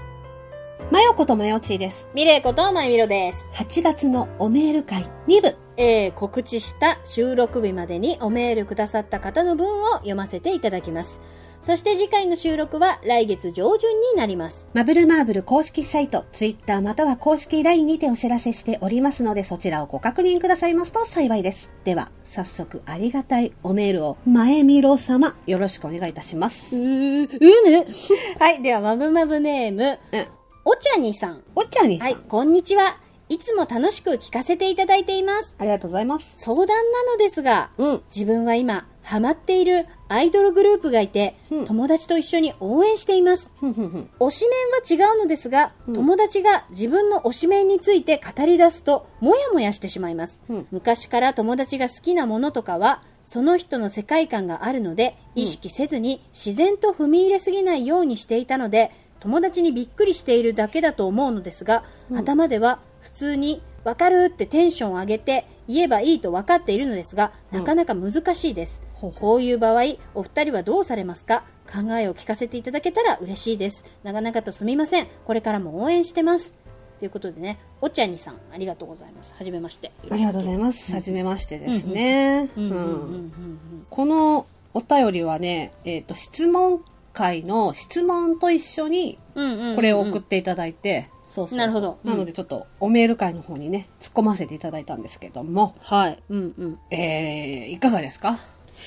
まよことまよちーです。 みれことまゆみろです。 8月のおメール会2部告知した収録日までにおメールくださった方の分を読ませていただきます。そして次回の収録は来月上旬になります。 マブルマーブル公式サイト、ツイッターまたは公式 LINE にてお知らせしておりますので、そちらをご確認くださいますと幸いです。では、早速ありがたいおメールを、前みろ様、よろしくお願いいたします。 はい、では、マブマブネーム、お茶にさん。 お茶にさん。 はい、こんにちは。いつも楽しく聞かせていただいています。 ありがとうございます。 相談なのですが、自分は今、ハマっているアイドルグループがいて、友達と一緒に応援しています。推しメンは違うのですが、友達が自分の推しメンについて語り出すと、もやもやしてしまいます。昔から友達が好きなものとかは、その人の世界観があるので、意識せずに自然と踏み入れすぎないようにしていたので、友達にびっくりしているだけだと思うのですが、頭では普通にわかるってテンション上げて言えばいいと分かっているのですが、なかなか難しいです。こういう場合、お二人はどうされますか？考えを聞かせていただけたら嬉しいです。長々とすみません。これからも応援してます。ということでね、お茶にさん、ありがとうございます。はじめまして。 ありがとうございます。はじめましてですね。このお便りはね、質問会の質問と一緒に、これを送っていただいて、そうなるほど。 なのでちょっとおメール会の方にね、突っ込ませていただいたんですけども。 はい。 いかがですか？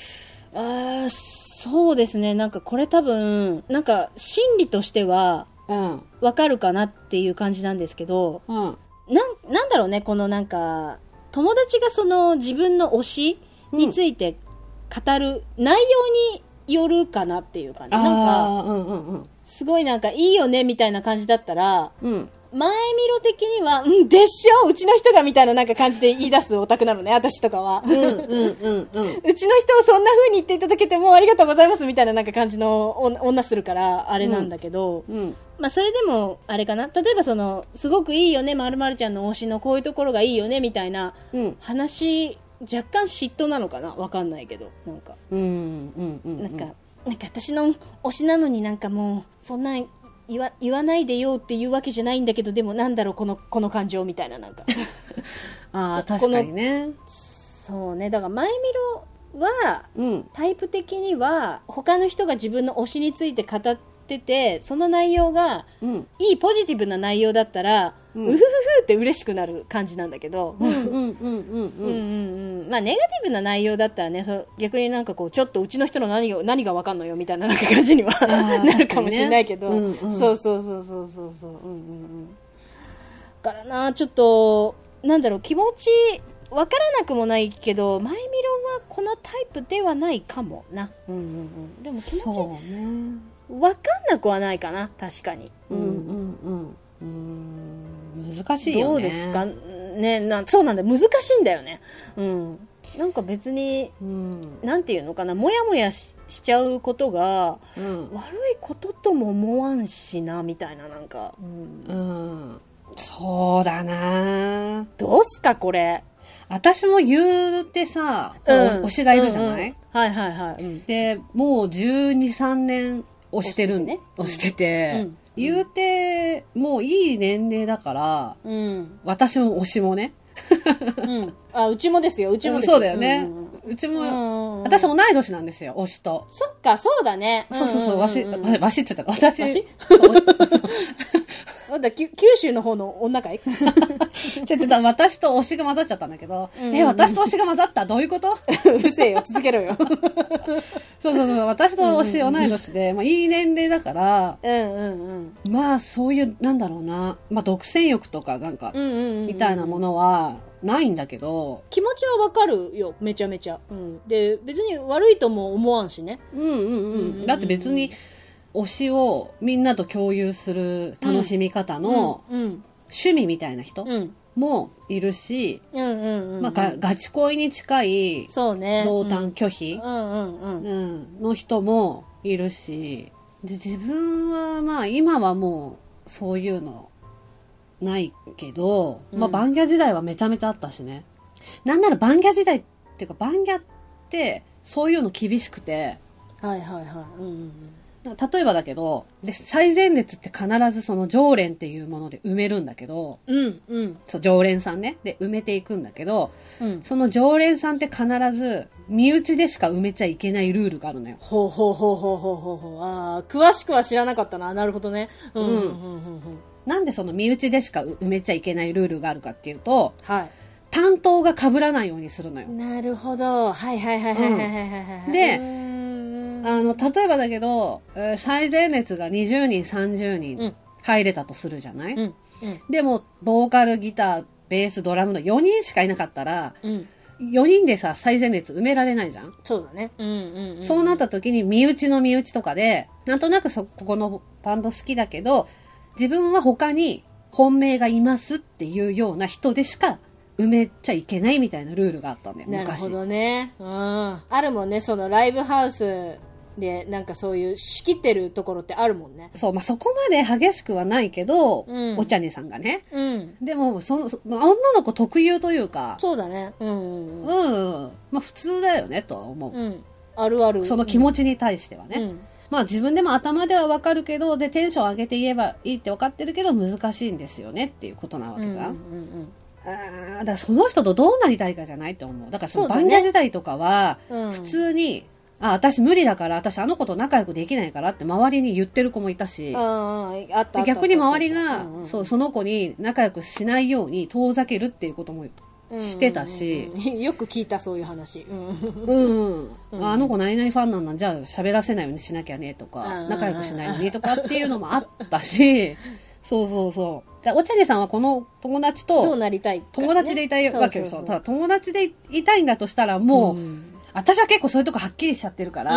そうですね。なんかこれ多分、なんか心理としては、わかるかなっていう感じなんですけど、なんだろうね、このなんか、友達がその自分の推しについて語る内容によるかなっていう感じ。なんか、すごいなんかいいよねみたいな感じだったら、前見ろ的には、でしょうちの人がみたいななんか感じで言い出すオタクなのね、私とかは。うちの人をそんな風に言っていただけてもありがとうございますみたいななんか感じの女するから、あれなんだけど、まあそれでも、あれかな例えばその、すごくいいよね、〇〇ちゃんの推しのこういうところがいいよねみたいな話、若干嫉妬なのかなわかんないけど、なんか。なんか私の推しなのになんかもう、そんな言わないでよっていうわけじゃないんだけど、でもなんだろう、この感情みたいななんか。 確かにね。 そうね、だから前見ろは、タイプ的には、他の人が自分の推しについて語ってて、その内容が、いいポジティブな内容だったら、うふふふって嬉しくなる感じなんだけど、まあネガティブな内容だったらね、逆になんかこうちょっとうちの人の何がわかんのよみたいななんか感じにはなるかもしれないけど、そうからな、ちょっとなんだろう、気持ちわからなくもないけど、前見ろはこのタイプではないかもな。でも気持ちわかんなくはないかな、確かに。 難しいよね。 どうですかね。そうなんだよ。難しいんだよね。なんか別に、なんていうのかな、もやもやしちゃうことが、悪いこととも思わんしな、みたいな、なんか。 そうだな。 どうすか、これ。 私も言うてさ、推しがいるじゃない？で、もう12、3年推してるんね。推してて、言うて、もういい年齢だから、私も推しもね。 うちもですよ、うちもですよ。そうだよね。うちも、私同い年なんですよ、推しと。 そっか、そうだね。 そう、わしって言ったか、私。 九州の方の女かい私と推しが混ざっちゃったんだけど、私と推しが混ざったどういうこと？ うるせえよ、続けろよ。 そう、私と推し同い年で、いい年齢だから、まあそういう、なんだろうな、独占欲とかなんか、みたいなものは、ないんだけど。 気持ちはわかるよ、めちゃめちゃ。で、別に悪いとも思わんしね。 だって別に、推しをみんなと共有する楽しみ方の趣味みたいな人もいるし、ガチ恋に近い同担拒否の人もいるし、で自分は今はもうそういうのないけど、バンギャ時代はめちゃめちゃあったしね。なんならバンギャ時代っていうか、バンギャってそういうの厳しくて、 例えばだけど、で、最前列って必ずその常連っていうもので埋めるんだけど、そう、常連さんね。で、埋めていくんだけど、その常連さんって必ず、身内でしか埋めちゃいけないルールがあるのよ。 ほう。ああ、詳しくは知らなかったな。なるほどね。 なんでその身内でしか埋めちゃいけないルールがあるかっていうと、 はい。 担当が被らないようにするのよ。 なるほど。はい。 で、例えばだけど、最前列が20人、30人入れたとするじゃない、でも、ボーカル、ギター、ベース、ドラムの4人しかいなかったら、4人でさ、最前列埋められないじゃん。 そうだね。 そうなった時に、身内の身内とかで、なんとなくここのバンド好きだけど、自分は他に本命がいますっていうような人でしか埋めちゃいけないみたいなルールがあったんだよ、昔。 なるほどね。あるもんね、そのライブハウスで、なんかそういう仕切ってるところってあるもんね。 そう、そこまで激しくはないけど、お茶ねさんがね。でも、女の子特有というか。 そうだね。 普通だよね、とは思う。 あるある。 その気持ちに対してはね。自分でも頭ではわかるけど、で、テンション上げて言えばいいってわかってるけど、難しいんですよねっていうことなわけじゃん。だからその人とどうなりたいかじゃないと思う。だからそのバンギャ時代とかは、普通に、私無理だから、私あの子と仲良くできないからって周りに言ってる子もいたし、逆に周りが、その子に仲良くしないように遠ざけるっていうこともしてたし。 よく聞いた、そういう話。 あの子何々ファンなんだ、じゃあ喋らせないようにしなきゃねとか、仲良くしないようにとかっていうのもあったし、そう。お茶ねさんはこの友達と、 どうなりたい、 友達でいたいわけよ。ただ友達でいたいんだとしたらもう、私は結構そういうとこはっきりしちゃってるから、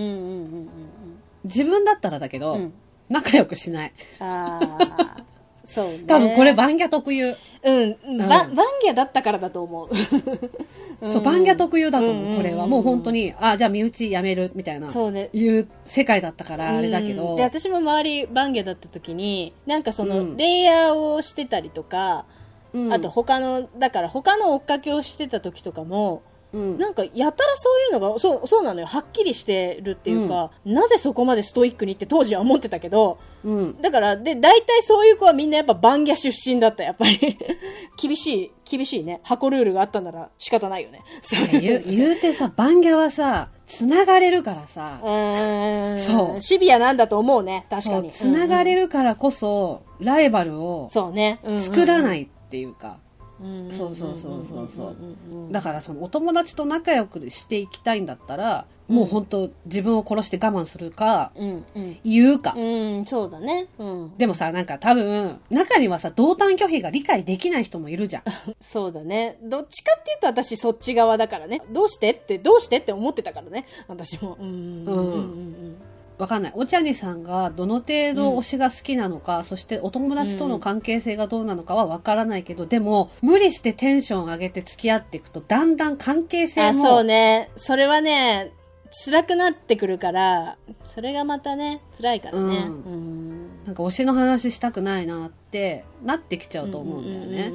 自分だったらだけど、仲良くしない。 そうね。 多分これバンギャ特有。 バンギャだったからだと思う。 そう、バンギャ特有だと思う、これは。もう本当に、じゃあ身内やめる、みたいな。 そうね。 いう世界だったから、あれだけど。 で、私も周りバンギャだった時に、なんかその、レイヤーをしてたりとか、あと他の追っかけをしてた時とかも、なんかやたらそういうのがそうなのよ、はっきりしてるっていうか、なぜそこまでストイックにって当時は思ってたけど、だからで大体そういう子はみんなやっぱバンギャ出身だった、やっぱり厳しいね、箱ルールがあったなら仕方ないよね。 言うてさ、バンギャはさ繋がれるからさ、 そうシビアなんだと思うね、確かに。 繋がれるからこそライバルを作らないっていうか。そう。だからそのお友達と仲良くしていきたいんだったら、もう本当自分を殺して我慢するか、言うか。 そうだね。 でもさ、なんか多分、中にはさ、同担拒否が理解できない人もいるじゃん。 そうだね。どっちかっていうと私そっち側だからね。どうしてって思ってたからね。私も。 わかんない。お茶にさんがどの程度推しが好きなのか、そしてお友達との関係性がどうなのかはわからないけど、でも、無理してテンション上げて付き合っていくと、だんだん関係性も。 そうね。それはね、辛くなってくるから、それがまたね、辛いからね。 なんか推しの話したくないなってなってきちゃうと思うんだよね。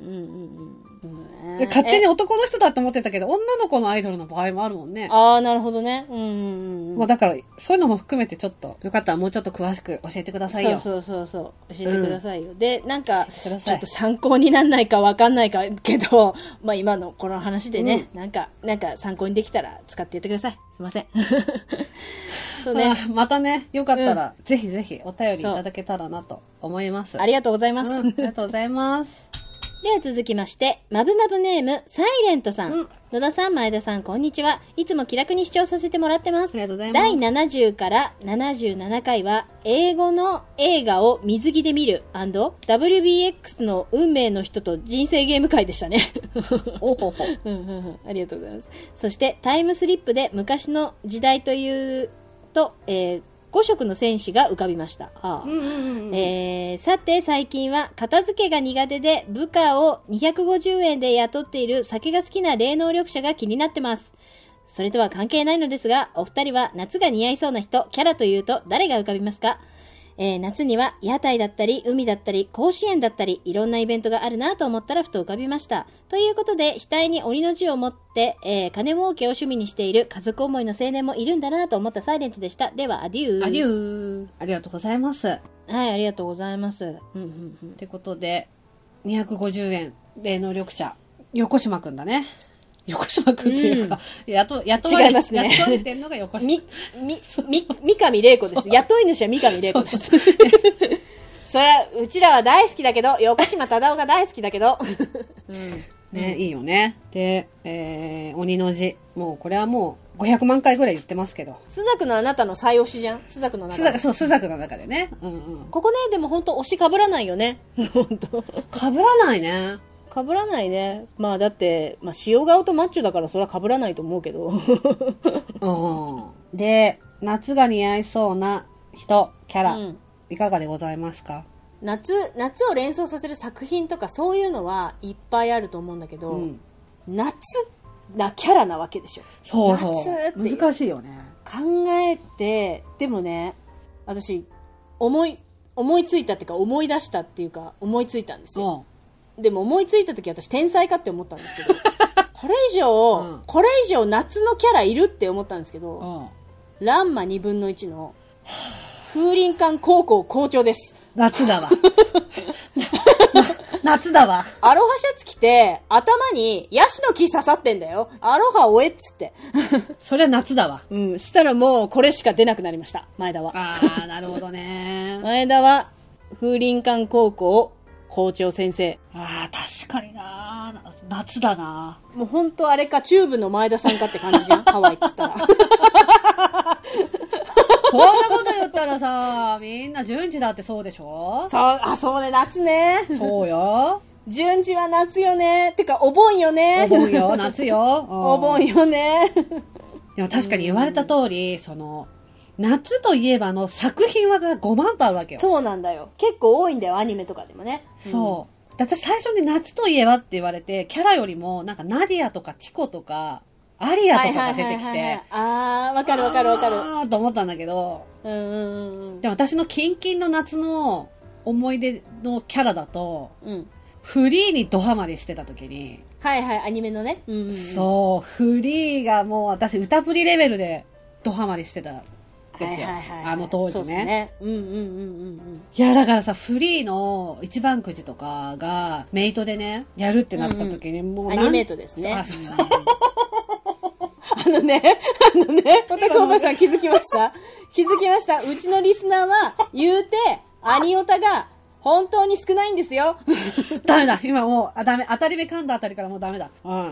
勝手に男の人だって思ってたけど、女の子のアイドルの場合もあるもんね。 なるほどね。 だから、そういうのも含めてちょっと、よかったらもうちょっと詳しく教えてくださいよ。 そう。教えてくださいよ。で、なんか、ちょっと参考になんないかわかんないかけど、今のこの話でね、なんか参考にできたら使ってやってください。すいません。そうね。 またね、よかったら、ぜひぜひお便りいただけたらなと思います。 ありがとうございます。 ありがとうございます。 では続きまして、まぶまぶネーム、サイレントさん。野田さん、前田さん、こんにちは。いつも気楽に視聴させてもらってます。 ありがとうございます。 第70から77回は、英語の映画を水着で見る &WBX の運命の人と人生ゲーム会でしたね。ありがとうございます。そして、タイムスリップで昔の時代というと、5色の戦士が浮かびました。さて最近は片付けが苦手で部下を250円で雇っている酒が好きな霊能力者が気になってます。それとは関係ないのですが、お二人は夏が似合いそうな人、キャラというと誰が浮かびますか？ 夏には屋台だったり、海だったり、甲子園だったり、いろんなイベントがあるなと思ったらふと浮かびました。ということで、額に鬼の字を持って、金儲けを趣味にしている家族思いの青年もいるんだなと思ったサイレントでした。では、アデュー。 アデュー。ありがとうございます。はい、 ありがとうございます。 ってことで、250円、霊能力者、横島くんだね。横島くんっていうか、雇われてんのが横島。 三上玲子です。雇い主は三上玲子です。それは、うちらは大好きだけど、横島忠夫が大好きだけど。 ね、いいよね。で、鬼の字。もう、これはもう、500万回ぐらい言ってますけど。 スザクのあなたの最推しじゃん。スザクの中で。 そう、スザクの中でね。 ここね、でも本当推し被らないよね。本当。 被らないね。 被らないね。まあだって、塩顔とマッチョだからそれは被らないと思うけど。 で、夏が似合いそうな人、キャラ、いかがでございますか？ 夏を連想させる作品とかそういうのはいっぱいあると思うんだけど、夏なキャラなわけでしょ。 そう。難しいよね。 考えて、でもね、私、思いついたっていうか思い出したっていうか思いついたんですよ。でも思いついた時私天才かって思ったんですけど、これ以上夏のキャラいるって思ったんですけど、ランマ2分の1の風林館高校校長です。 夏だわ。夏だわ。 アロハシャツ着て、頭にヤシの木刺さってんだよ。アロハおえっつって。 それは夏だわ。 したらもうこれしか出なくなりました。前田は。 なるほどね。 前田は、風林館高校校長先生。 確かにな。夏だな。 もうほんとあれか、チューブの前田さんかって感じじゃん。ハワイっつったら。 そんなこと言ったらさ、みんな順次だってそうでしょ？ そうね、夏ね。 そうよ。 順次は夏よね。てか、お盆よね。 お盆よ、夏よ。 お盆よね。 でも確かに言われた通り、夏といえばの作品は5万とあるわけよ。 そうなんだよ。結構多いんだよ、アニメとかでもね。 そう。私最初に夏といえばって言われて、キャラよりも、なんかナディアとかティコとか、アリアとかが出てきて。 わかる。 と思ったんだけど。でも私のキンキンの夏の思い出のキャラだと、フリーにドハマりしてた時に。 アニメのね。 そう、フリーがもう私歌プリレベルでドハマりしてたんですよ。あの当時ね。いや、だからさ、フリーの一番くじとかがメイトでね、やるってなった時にもうアニメートですね。おたくおばさん気づきました？うちのリスナーは、言うて、アニオタが、本当に少ないんですよ。 ダメだ。今もう、ダメ。当たり目噛んだあたりからもうダメだ。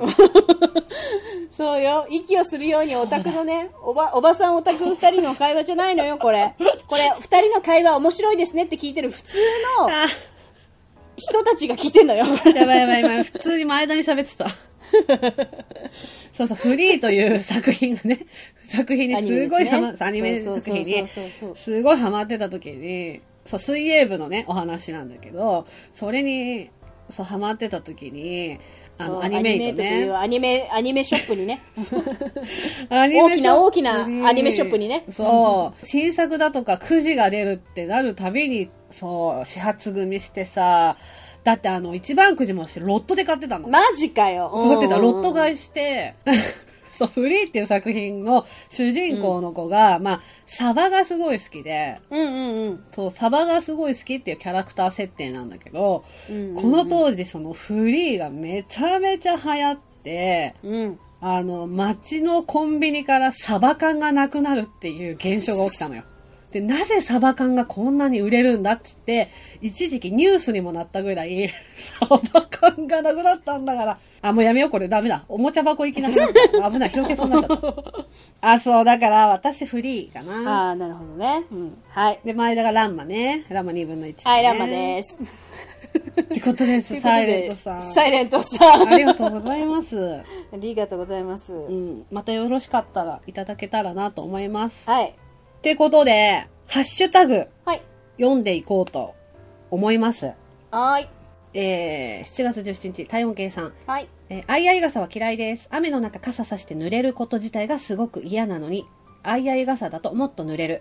そうよ。息をするようにオタクのね、おばさんオタク二人の会話じゃないのよ、これ。二人の会話面白いですねって聞いてる普通の人たちが聞いてんのよ。 やばい。普通に前田に喋ってた。そう、フリーという作品にすごいアニメ作品にすごいハマってた時に、そう、水泳部のね、お話なんだけど、それに、ハマってた時に、アニメイトね。というアニメショップにね。大きなアニメショップにね。 そう。新作だとかくじが出るってなるたびに、そう、始発組してさ、だって一番くじもしてロットで買ってたの。 マジかよ。 買ってた。ロット買いして、そう、フリーっていう作品の主人公の子が、サバがすごい好きで、そう、サバがすごい好きっていうキャラクター設定なんだけど、この当時フリーがめちゃめちゃ流行って、街のコンビニからサバ缶がなくなるっていう現象が起きたのよ。で、なぜサバ缶がこんなに売れるんだっつって、一時期ニュースにもなったぐらい、サバ缶がなくなったんだから。もうやめよう、これダメだ。おもちゃ箱行きながら。危ない、広げそうになっちゃった。そう、だから私フリーかな。 なるほどね。はい。 で、前田がランマね。ランマ2分の1、ね。 はい、ランマです。 ってことです、サイレントさん。 サイレントさん。 ありがとうございます。 ありがとうございます。 またよろしかったらいただけたらなと思います。 はい。 ってことで、ハッシュタグ、 はい。 読んでいこうと思います。 はい。 7月17日、体温計さん。 はい。 あいあい傘は嫌いです。雨の中傘さして濡れること自体がすごく嫌なのに、あいあい傘だともっと濡れる。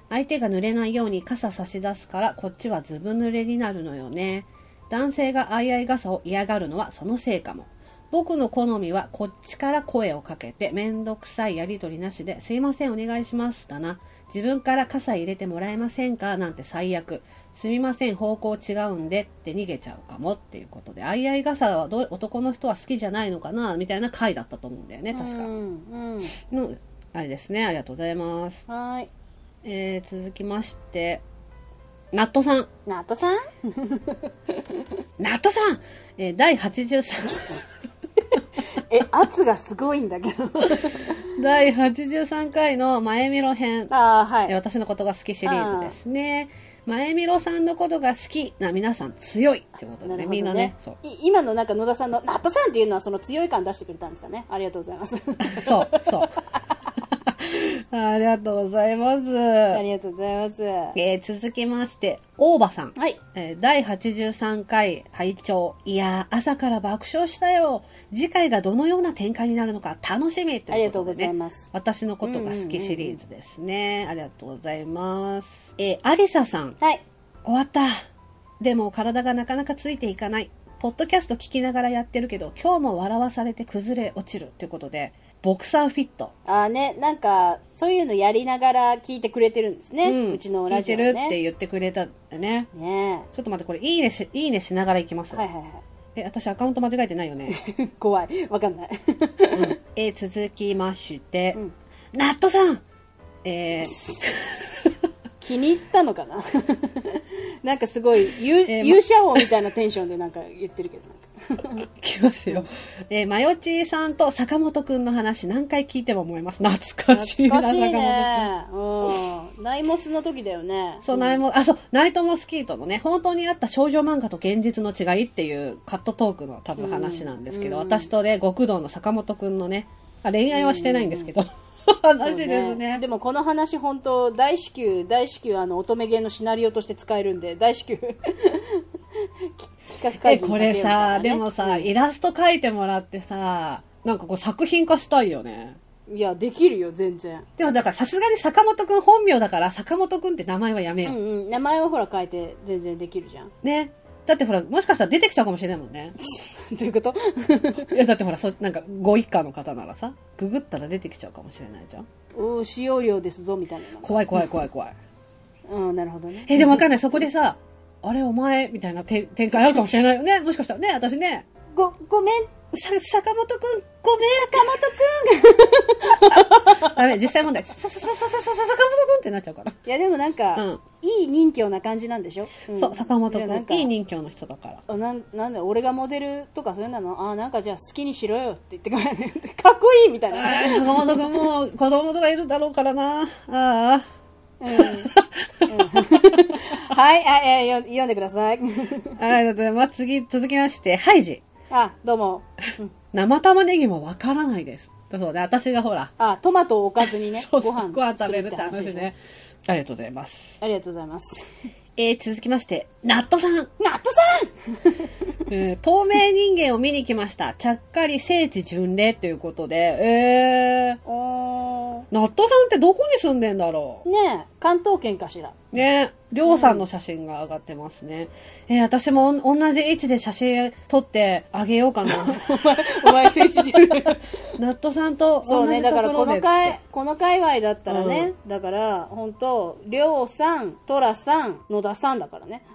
相手が濡れないように傘差し出すからこっちはずぶ濡れになるのよね。男性が相合い傘を嫌がるのはそのせいかも。僕の好みはこっちから声をかけてめんどくさいやりとりなしですいませんお願いしますだな。自分から傘入れてもらえませんかなんて最悪。すみません方向違うんでって逃げちゃうかもっていうことで、相合い傘は男の人は好きじゃないのかなみたいな回だったと思うんだよね、確か。のあれですね。ありがとうございます。 はい。 続きましてナットさん。 ナットさんナットさん、第83 圧がすごいんだけど第83回の前みろ編、 はい、 私のことが好きシリーズですね。前みろさんのことが好きな皆さん強いってことで ね、みんなね。そう今のなんか野田さんのナットさんっていうのはその強い感出してくれたんですかね。ありがとうございますそうありがとうございます。 ありがとうございます。 続きまして大場さん、 はい。 第83回拝聴。いや朝から爆笑したよ。次回がどのような展開になるのか楽しみということで、ね、 ありがとうございます。 私のことが好きシリーズですね。ありがとうございます。アリサさん、 はい。 終わった。でも体がなかなかついていかない。ポッドキャスト聞きながらやってるけど今日も笑わされて崩れ落ちるということで、ボクサーフィット。 ね、なんかそういうのやりながら聞いてくれてるんですね。うちのラジオね。 聞いてるって言ってくれたね。 ね。 ちょっと待って、これいいねしながらいきます。 はいはいはい。 私アカウント間違えてないよね。 怖い。わかんない。 続きまして、ナットさん、 気に入ったのかななんかすごい勇者王みたいなテンションでなんか言ってるけどいきますよ。まよちーさんと坂本くんの話何回聞いても思います。懐かしいな。 懐かしいね。ナイモスの時だよね。 そう、ナイトモスキートのね、本当にあった少女漫画と現実の違いっていうカットトークの多分話なんですけど、私とね、極道の坂本くんのね、恋愛はしてないんですけど、話ですね。 でもこの話本当大至急乙女芸のシナリオとして使えるんで、大至急これさ、でもさ、イラスト描いてもらってさ、なんかこう作品化したいよね。 いや、できるよ、全然。 でもだからさすがに坂本くん本名だから、坂本くんって名前はやめよう。 名前はほら変えて全然できるじゃん。 ね。だってほら、もしかしたら出てきちゃうかもしれないもんね。 どういうこといや、だってほら、なんか、ご一家の方ならさ、ググったら出てきちゃうかもしれないじゃん。 使用料ですぞ、みたいな。 怖い。 なるほどね。 でもわかんない。そこでさ、あれお前みたいな展開あるかもしれないよね。もしかしたらね、私ね。 ごめん。 坂本くん、ごめん。 坂本くんダメ、実際問題。坂本くんってなっちゃうから。 いや、でもなんか、いい人形な感じなんでしょ。 そう、坂本くん、いい人形の人だから。 なんで、俺がモデルとかそういうの、なんかじゃあ好きにしろよって言ってからね。かっこいいみたいな。 坂本くんも子供とかいるだろうからな。 はい、読んでください。 はい、続きまして、ハイジ。 どうも。 生玉ねぎもわからないです。そうね、私がほら。 トマトを置かずにね、 ご飯食べるって話ね。ありがとうございます。 ありがとうございます。 続きまして、ナットさん。 ナットさん透明人間を見に来ました。ちゃっかり聖地巡礼ということで、ナットさんってどこに住んでんだろうね。関東圏かしら。 ね、りょうさんの写真が上がってますね。私も同じ位置で写真撮ってあげようかな。 お前聖地巡礼。 ナットさんと同じところで。そうね、 だからこの界隈だったらね、だから本当りょうさん、トラさん、野田さんだからね。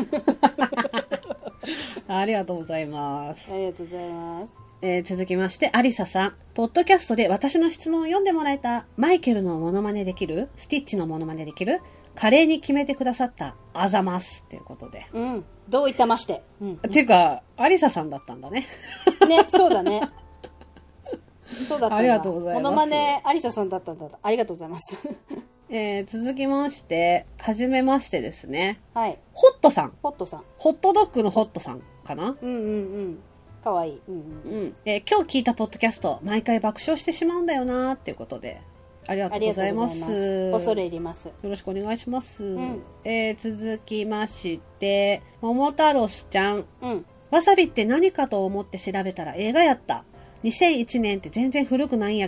ありがとうございます。 ありがとうございます。 続きまして、アリサさん。ポッドキャストで私の質問を読んでもらえた。マイケルのモノマネできる？スティッチのモノマネできる？華麗に決めてくださったあざますっていうことで。 どういたまして。 っていうか、アリサさんだったんだね。 ね、そうだね。そうだったんだ。 ありがとうございます。 モノマネアリサさんだったんだ。ありがとうございます。 続きまして、はじめましてですね。 はい。 ホットさん。 ホットさん。 ホットドッグのホットさんかな？ かわいい。 今日聞いたポッドキャスト、毎回爆笑してしまうんだよなーっていうことで。ありがとうございます。 恐れ入ります。 よろしくお願いします。続きまして、桃太郎ちゃん。わさびって何かと思って調べたら映画やった。2001年って全然古くないんやけど。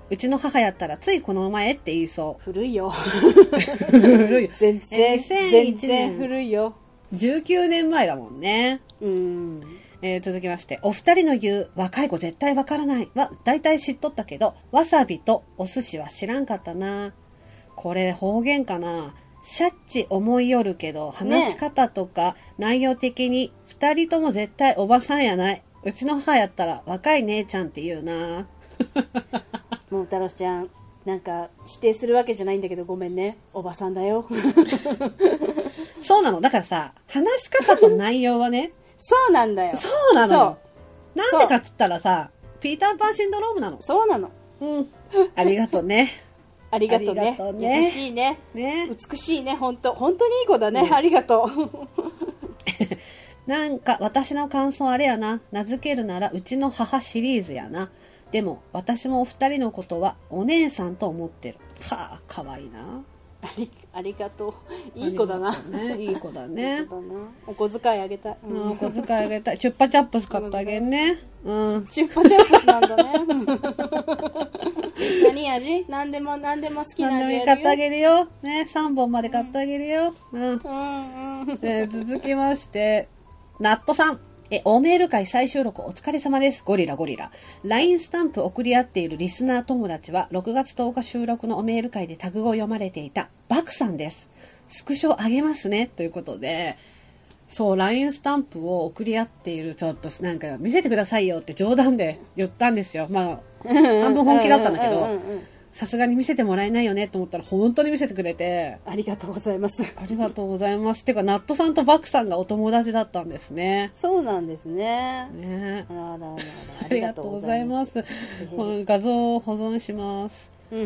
うちの母やったらついこの前って言いそう。 古いよ。 古いよ。 全然古いよ。 19年前だもんね。続きまして、お二人の言う若い子絶対わからないは大体知っとったけど、わさびとお寿司は知らんかったな。これ方言かな。シャッチ思いよるけど、話し方とか内容的に二人とも絶対おばさんやない。うちの母やったら若い姉ちゃんって言うな。 もう太郎ちゃん、なんか否定するわけじゃないんだけどごめんね。おばさんだよ。 そうなの。だからさ、話し方と内容はね。 そうなんだよ。 そうなのよ。なんでかっつったらさ、ピーターパンシンドロームなの。 そうなの。 ありがとうね。 ありがとうね。優しいね。美しいね。本当にいい子だね。ありがとう。 なんか私の感想あれやな。名付けるならうちの母シリーズやな。でも私もお二人のことはお姉さんと思ってる。はあ、かわいいな。 ありがとう。いい子だな。 いい子だね。 お小遣いあげたい。 お小遣いあげたい。チュッパチャップス買ってあげんね。 チュッパチャップスなんだね。何味？何でも好きな味やるよ。 買ってあげるよ。ね、3本まで買ってあげるよ。続きまして、ナットさん。大メール会再収録お疲れ様です。ゴリラ。LINE スタンプ送り合っているリスナー友達は、6月10日収録のおメール会でタグを読まれていたバクさんです。スクショあげますね。ということで、そう、LINE スタンプを送り合っている、ちょっとなんか見せてくださいよって冗談で言ったんですよ。まあ、半分本気だったんだけど、さすがに見せてもらえないよねと思ったら本当に見せてくれて、 ありがとうございます。 ありがとうございます。てかナットさんとバクさんがお友達だったんですね。 そうなんですね。 ありがとうございます。画像を保存します。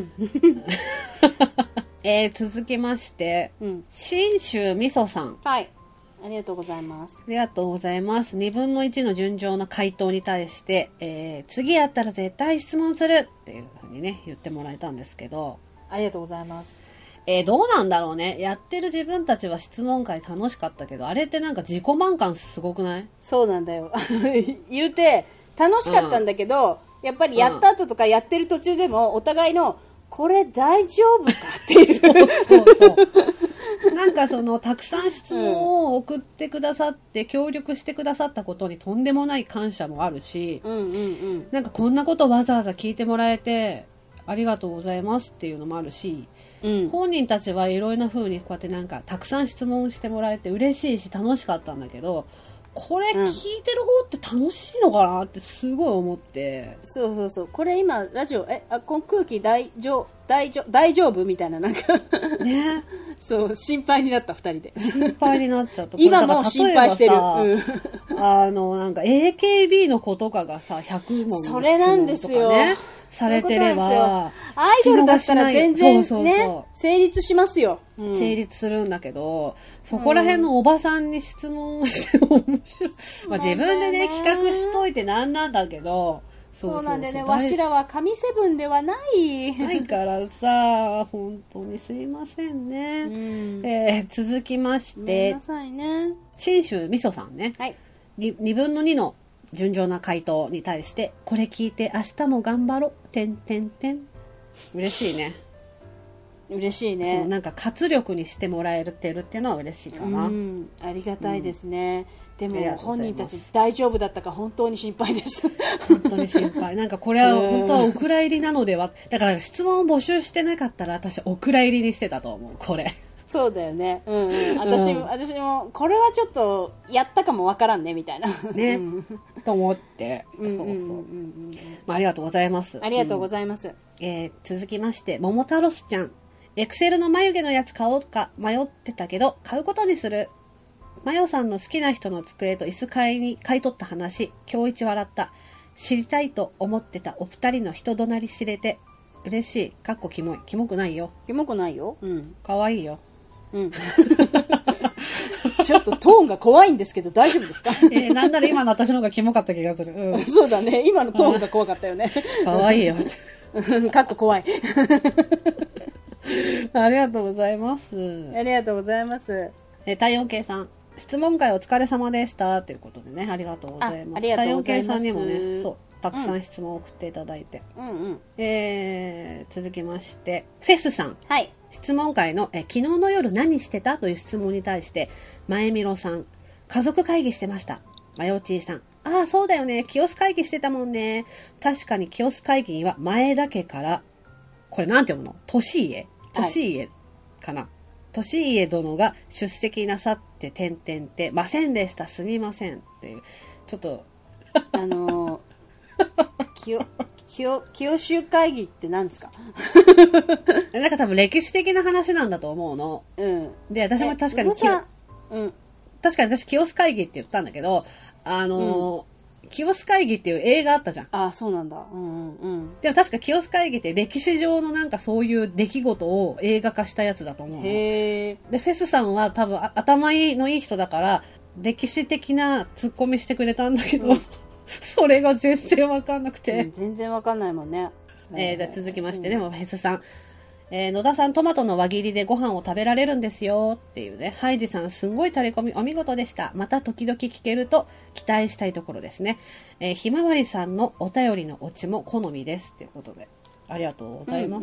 続きまして、信州みそさん。 はい。ありがとうございます。 ありがとうございます。2分の1の順調な回答に対して、次やったら絶対質問するっていうふうにね、言ってもらえたんですけど。 ありがとうございます。 どうなんだろうね。やってる自分たちは質問会楽しかったけど、あれってなんか自己満感すごくない？ そうなんだよ。言うて、楽しかったんだけど、やっぱりやった後とかやってる途中でも、お互いの、これ大丈夫かっていう。 そうなんかたくさん質問を送ってくださって、協力してくださったことにとんでもない感謝もあるし、なんかこんなことわざわざ聞いてもらえて、ありがとうございますっていうのもあるし、本人たちはいろいろな風にこうやってなんかたくさん質問してもらえて嬉しいし楽しかったんだけど、これ聞いてる方って楽しいのかなってすごい思って。 そうこれ今ラジオこの空気大丈夫みたいななんかねそう心配になった2人で心配になっちゃった。 今もう心配してる。なんか AKB の子とかがさ100問の質問とかね、それなんですよされてれば、 アイドルだったら全然ね、成立しますよ。 成立するんだけど、そこら辺のおばさんに質問しても面白い。まあ自分でね、企画しといてなんなんだけど、 そうなんだよね。わしらは神セブンではない。 ないからさ、本当にすいませんね。続きまして、信州みそさんね。はい。2分の2の順調な回答に対して、これ聞いて明日も頑張ろ。嬉しいね。 嬉しいね。 そうなんか活力にしてもらえてるっていうのは嬉しいかな。 ありがたいですね。でも本人たち大丈夫だったか本当に心配です。 本当に心配。なんかこれは本当はお蔵入りなのでは。だから質問を募集してなかったら私お蔵入りにしてたと思う。これ。 そうだよね。私もこれはちょっとやったかもわからんねみたいな。 ね。と思って。まあありがとうございます。 ありがとうございます。 続きまして桃太郎ちゃん。エクセルの眉毛のやつ買おうか迷ってたけど買うことにする。マヨさんの好きな人の机と椅子買い取った話、今日一笑った。知りたいと思ってたお二人の人となり知れて嬉しい。かっこキモい。キモくないよ。 キモくないよ。 かわいいよ。 ちょっとトーンが怖いんですけど大丈夫ですか？ なんなら今の私の方がキモかった気がする。 そうだね。今のトーンが怖かったよね。 かわいいよ。 かっこ怖い。 ありがとうございます。 ありがとうございます。 体温計さん。質問会お疲れ様でしたということでね、ありがとうございます。 ありがとうございます。 体温計さんにもね、そう、 たくさん質問を送っていただいて。 うん続きまして、フェスさん。 はい。 質問会の、昨日の夜何してたという質問に対して、前みろさん、家族会議してました。まよちーさん、ああ、そうだよね。清須会議してたもんね。確かに清須会議には前田家から、これなんて読むの？利家かな。利家殿が出席なさって、ませんでした。すみません。っていう。ちょっと。 清州会議って何ですか？ なんか多分歴史的な話なんだと思うの。 うん。 で、私も確かに、確かに私、清須会議って言ったんだけど、清須会議っていう映画あったじゃん。 ああ、そうなんだ。 でも確か清須会議って歴史上のなんかそういう出来事を映画化したやつだと思うの。 へー。 で、フェスさんは多分頭のいい人だから、歴史的なツッコミしてくれたんだけど、それが全然わかんなくて。 全然わかんないもんね。 じゃあ続きまして、でもフェスさん。野田さんトマトの輪切りでご飯を食べられるんですよっていうね。ハイジさんすんごいタレコミお見事でした。また時々聞けると期待したいところですね。ひまわりさんのお便りのオチも好みですっていうことで。ありがとうございます。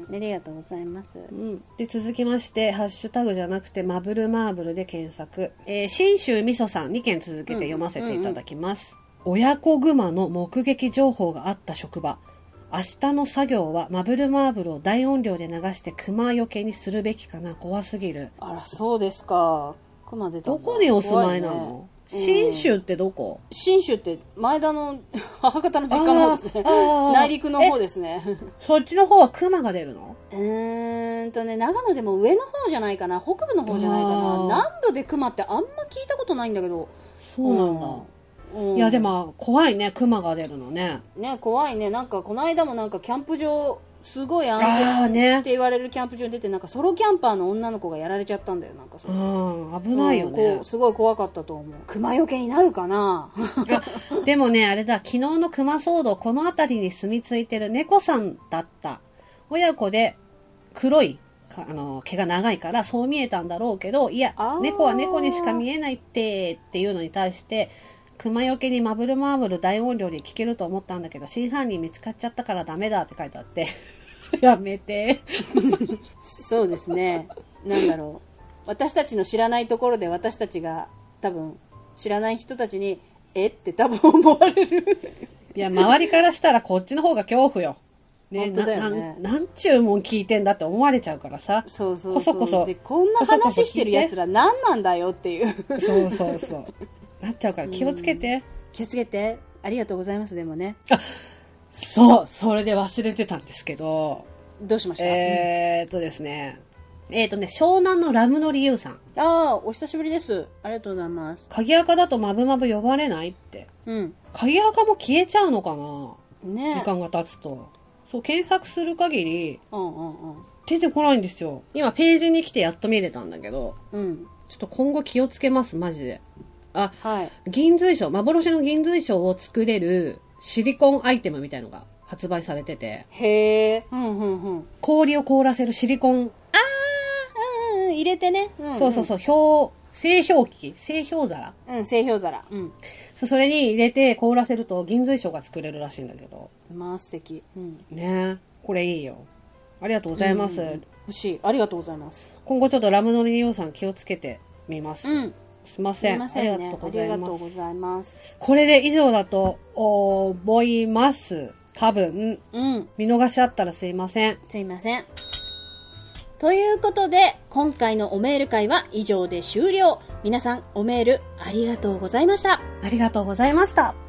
ありがとうございます。 で、続きまして、ハッシュタグじゃなくて、マブルマーブルで検索。信州みそさん2件続けて読ませていただきます。親子熊の目撃情報があった職場。明日の作業はマブルマーブルを大音量で流して熊よけにするべきかな。怖すぎる。 あら、そうですか。熊出た。 どこにお住まいなの？信州ってどこ？ 信州って前田の母方の実家の方ですね。内陸の方ですね。 そっちの方は熊が出るの？ 長野でも上の方じゃないかな。北部の方じゃないかな。南部で熊ってあんま聞いたことないんだけど。 そうなんだ。いやでも怖いね、熊が出るのね。 ね、怖いね。なんかこの間もなんかキャンプ場、すごい安全って言われるキャンプ場に出て、なんかソロキャンパーの女の子がやられちゃったんだよ。なんか危ないよね。 すごい怖かったと思う。熊よけになるかな。 でもね、あれだ、昨日の熊騒動、この辺りに住み着いてる猫さんだった。親子で黒い毛が長いからそう見えたんだろうけど、いや、猫は猫にしか見えないっていうのに対して、熊よけにマブルマーブル大音量で聞けると思ったんだけど、真犯人見つかっちゃったからダメだって書いてあって。やめて。 そうですね。なんだろう。私たちの知らないところで私たちが多分知らない人たちに、って多分思われる。 いや、周りからしたらこっちの方が恐怖よ。 ね、本当だよね。 なんちゅうもん聞いてんだって思われちゃうからさ。 そう。 こそこそ。 で、こんな話してる奴ら何なんだよっていう。 そう。なっちゃうから気をつけて。 気をつけて。ありがとうございます、でもね。 そう、それで忘れてたんですけど。 どうしました？ ですね。湘南のラムノリユウさん。 お久しぶりです。ありがとうございます。 鍵垢だとマブマブ呼ばれないって。鍵垢も消えちゃうのかな？ね。時間が経つと。そう、検索する限り、出てこないんですよ。今ページに来てやっと見れたんだけど、ちょっと今後気をつけます、マジで。銀髄晶、幻の銀髄晶を作れるシリコンアイテムみたいのが発売されてて。 へー。 氷を凍らせるシリコン。 入れてね。 そう。製氷機製氷皿。 製氷皿。 それに入れて凍らせると銀髄晶が作れるらしいんだけど。 まあ素敵。 ね、これいいよ。ありがとうございます。 欲しい。ありがとうございます。 今後ちょっとラムノリユウさん気をつけてみます。すいません。 ありがとうございます。 これで以上だと思います。多分。見逃しあったらすいません。 すいません。ということで、今回のおメール会は以上で終了。皆さん、おメールありがとうございました。 ありがとうございました。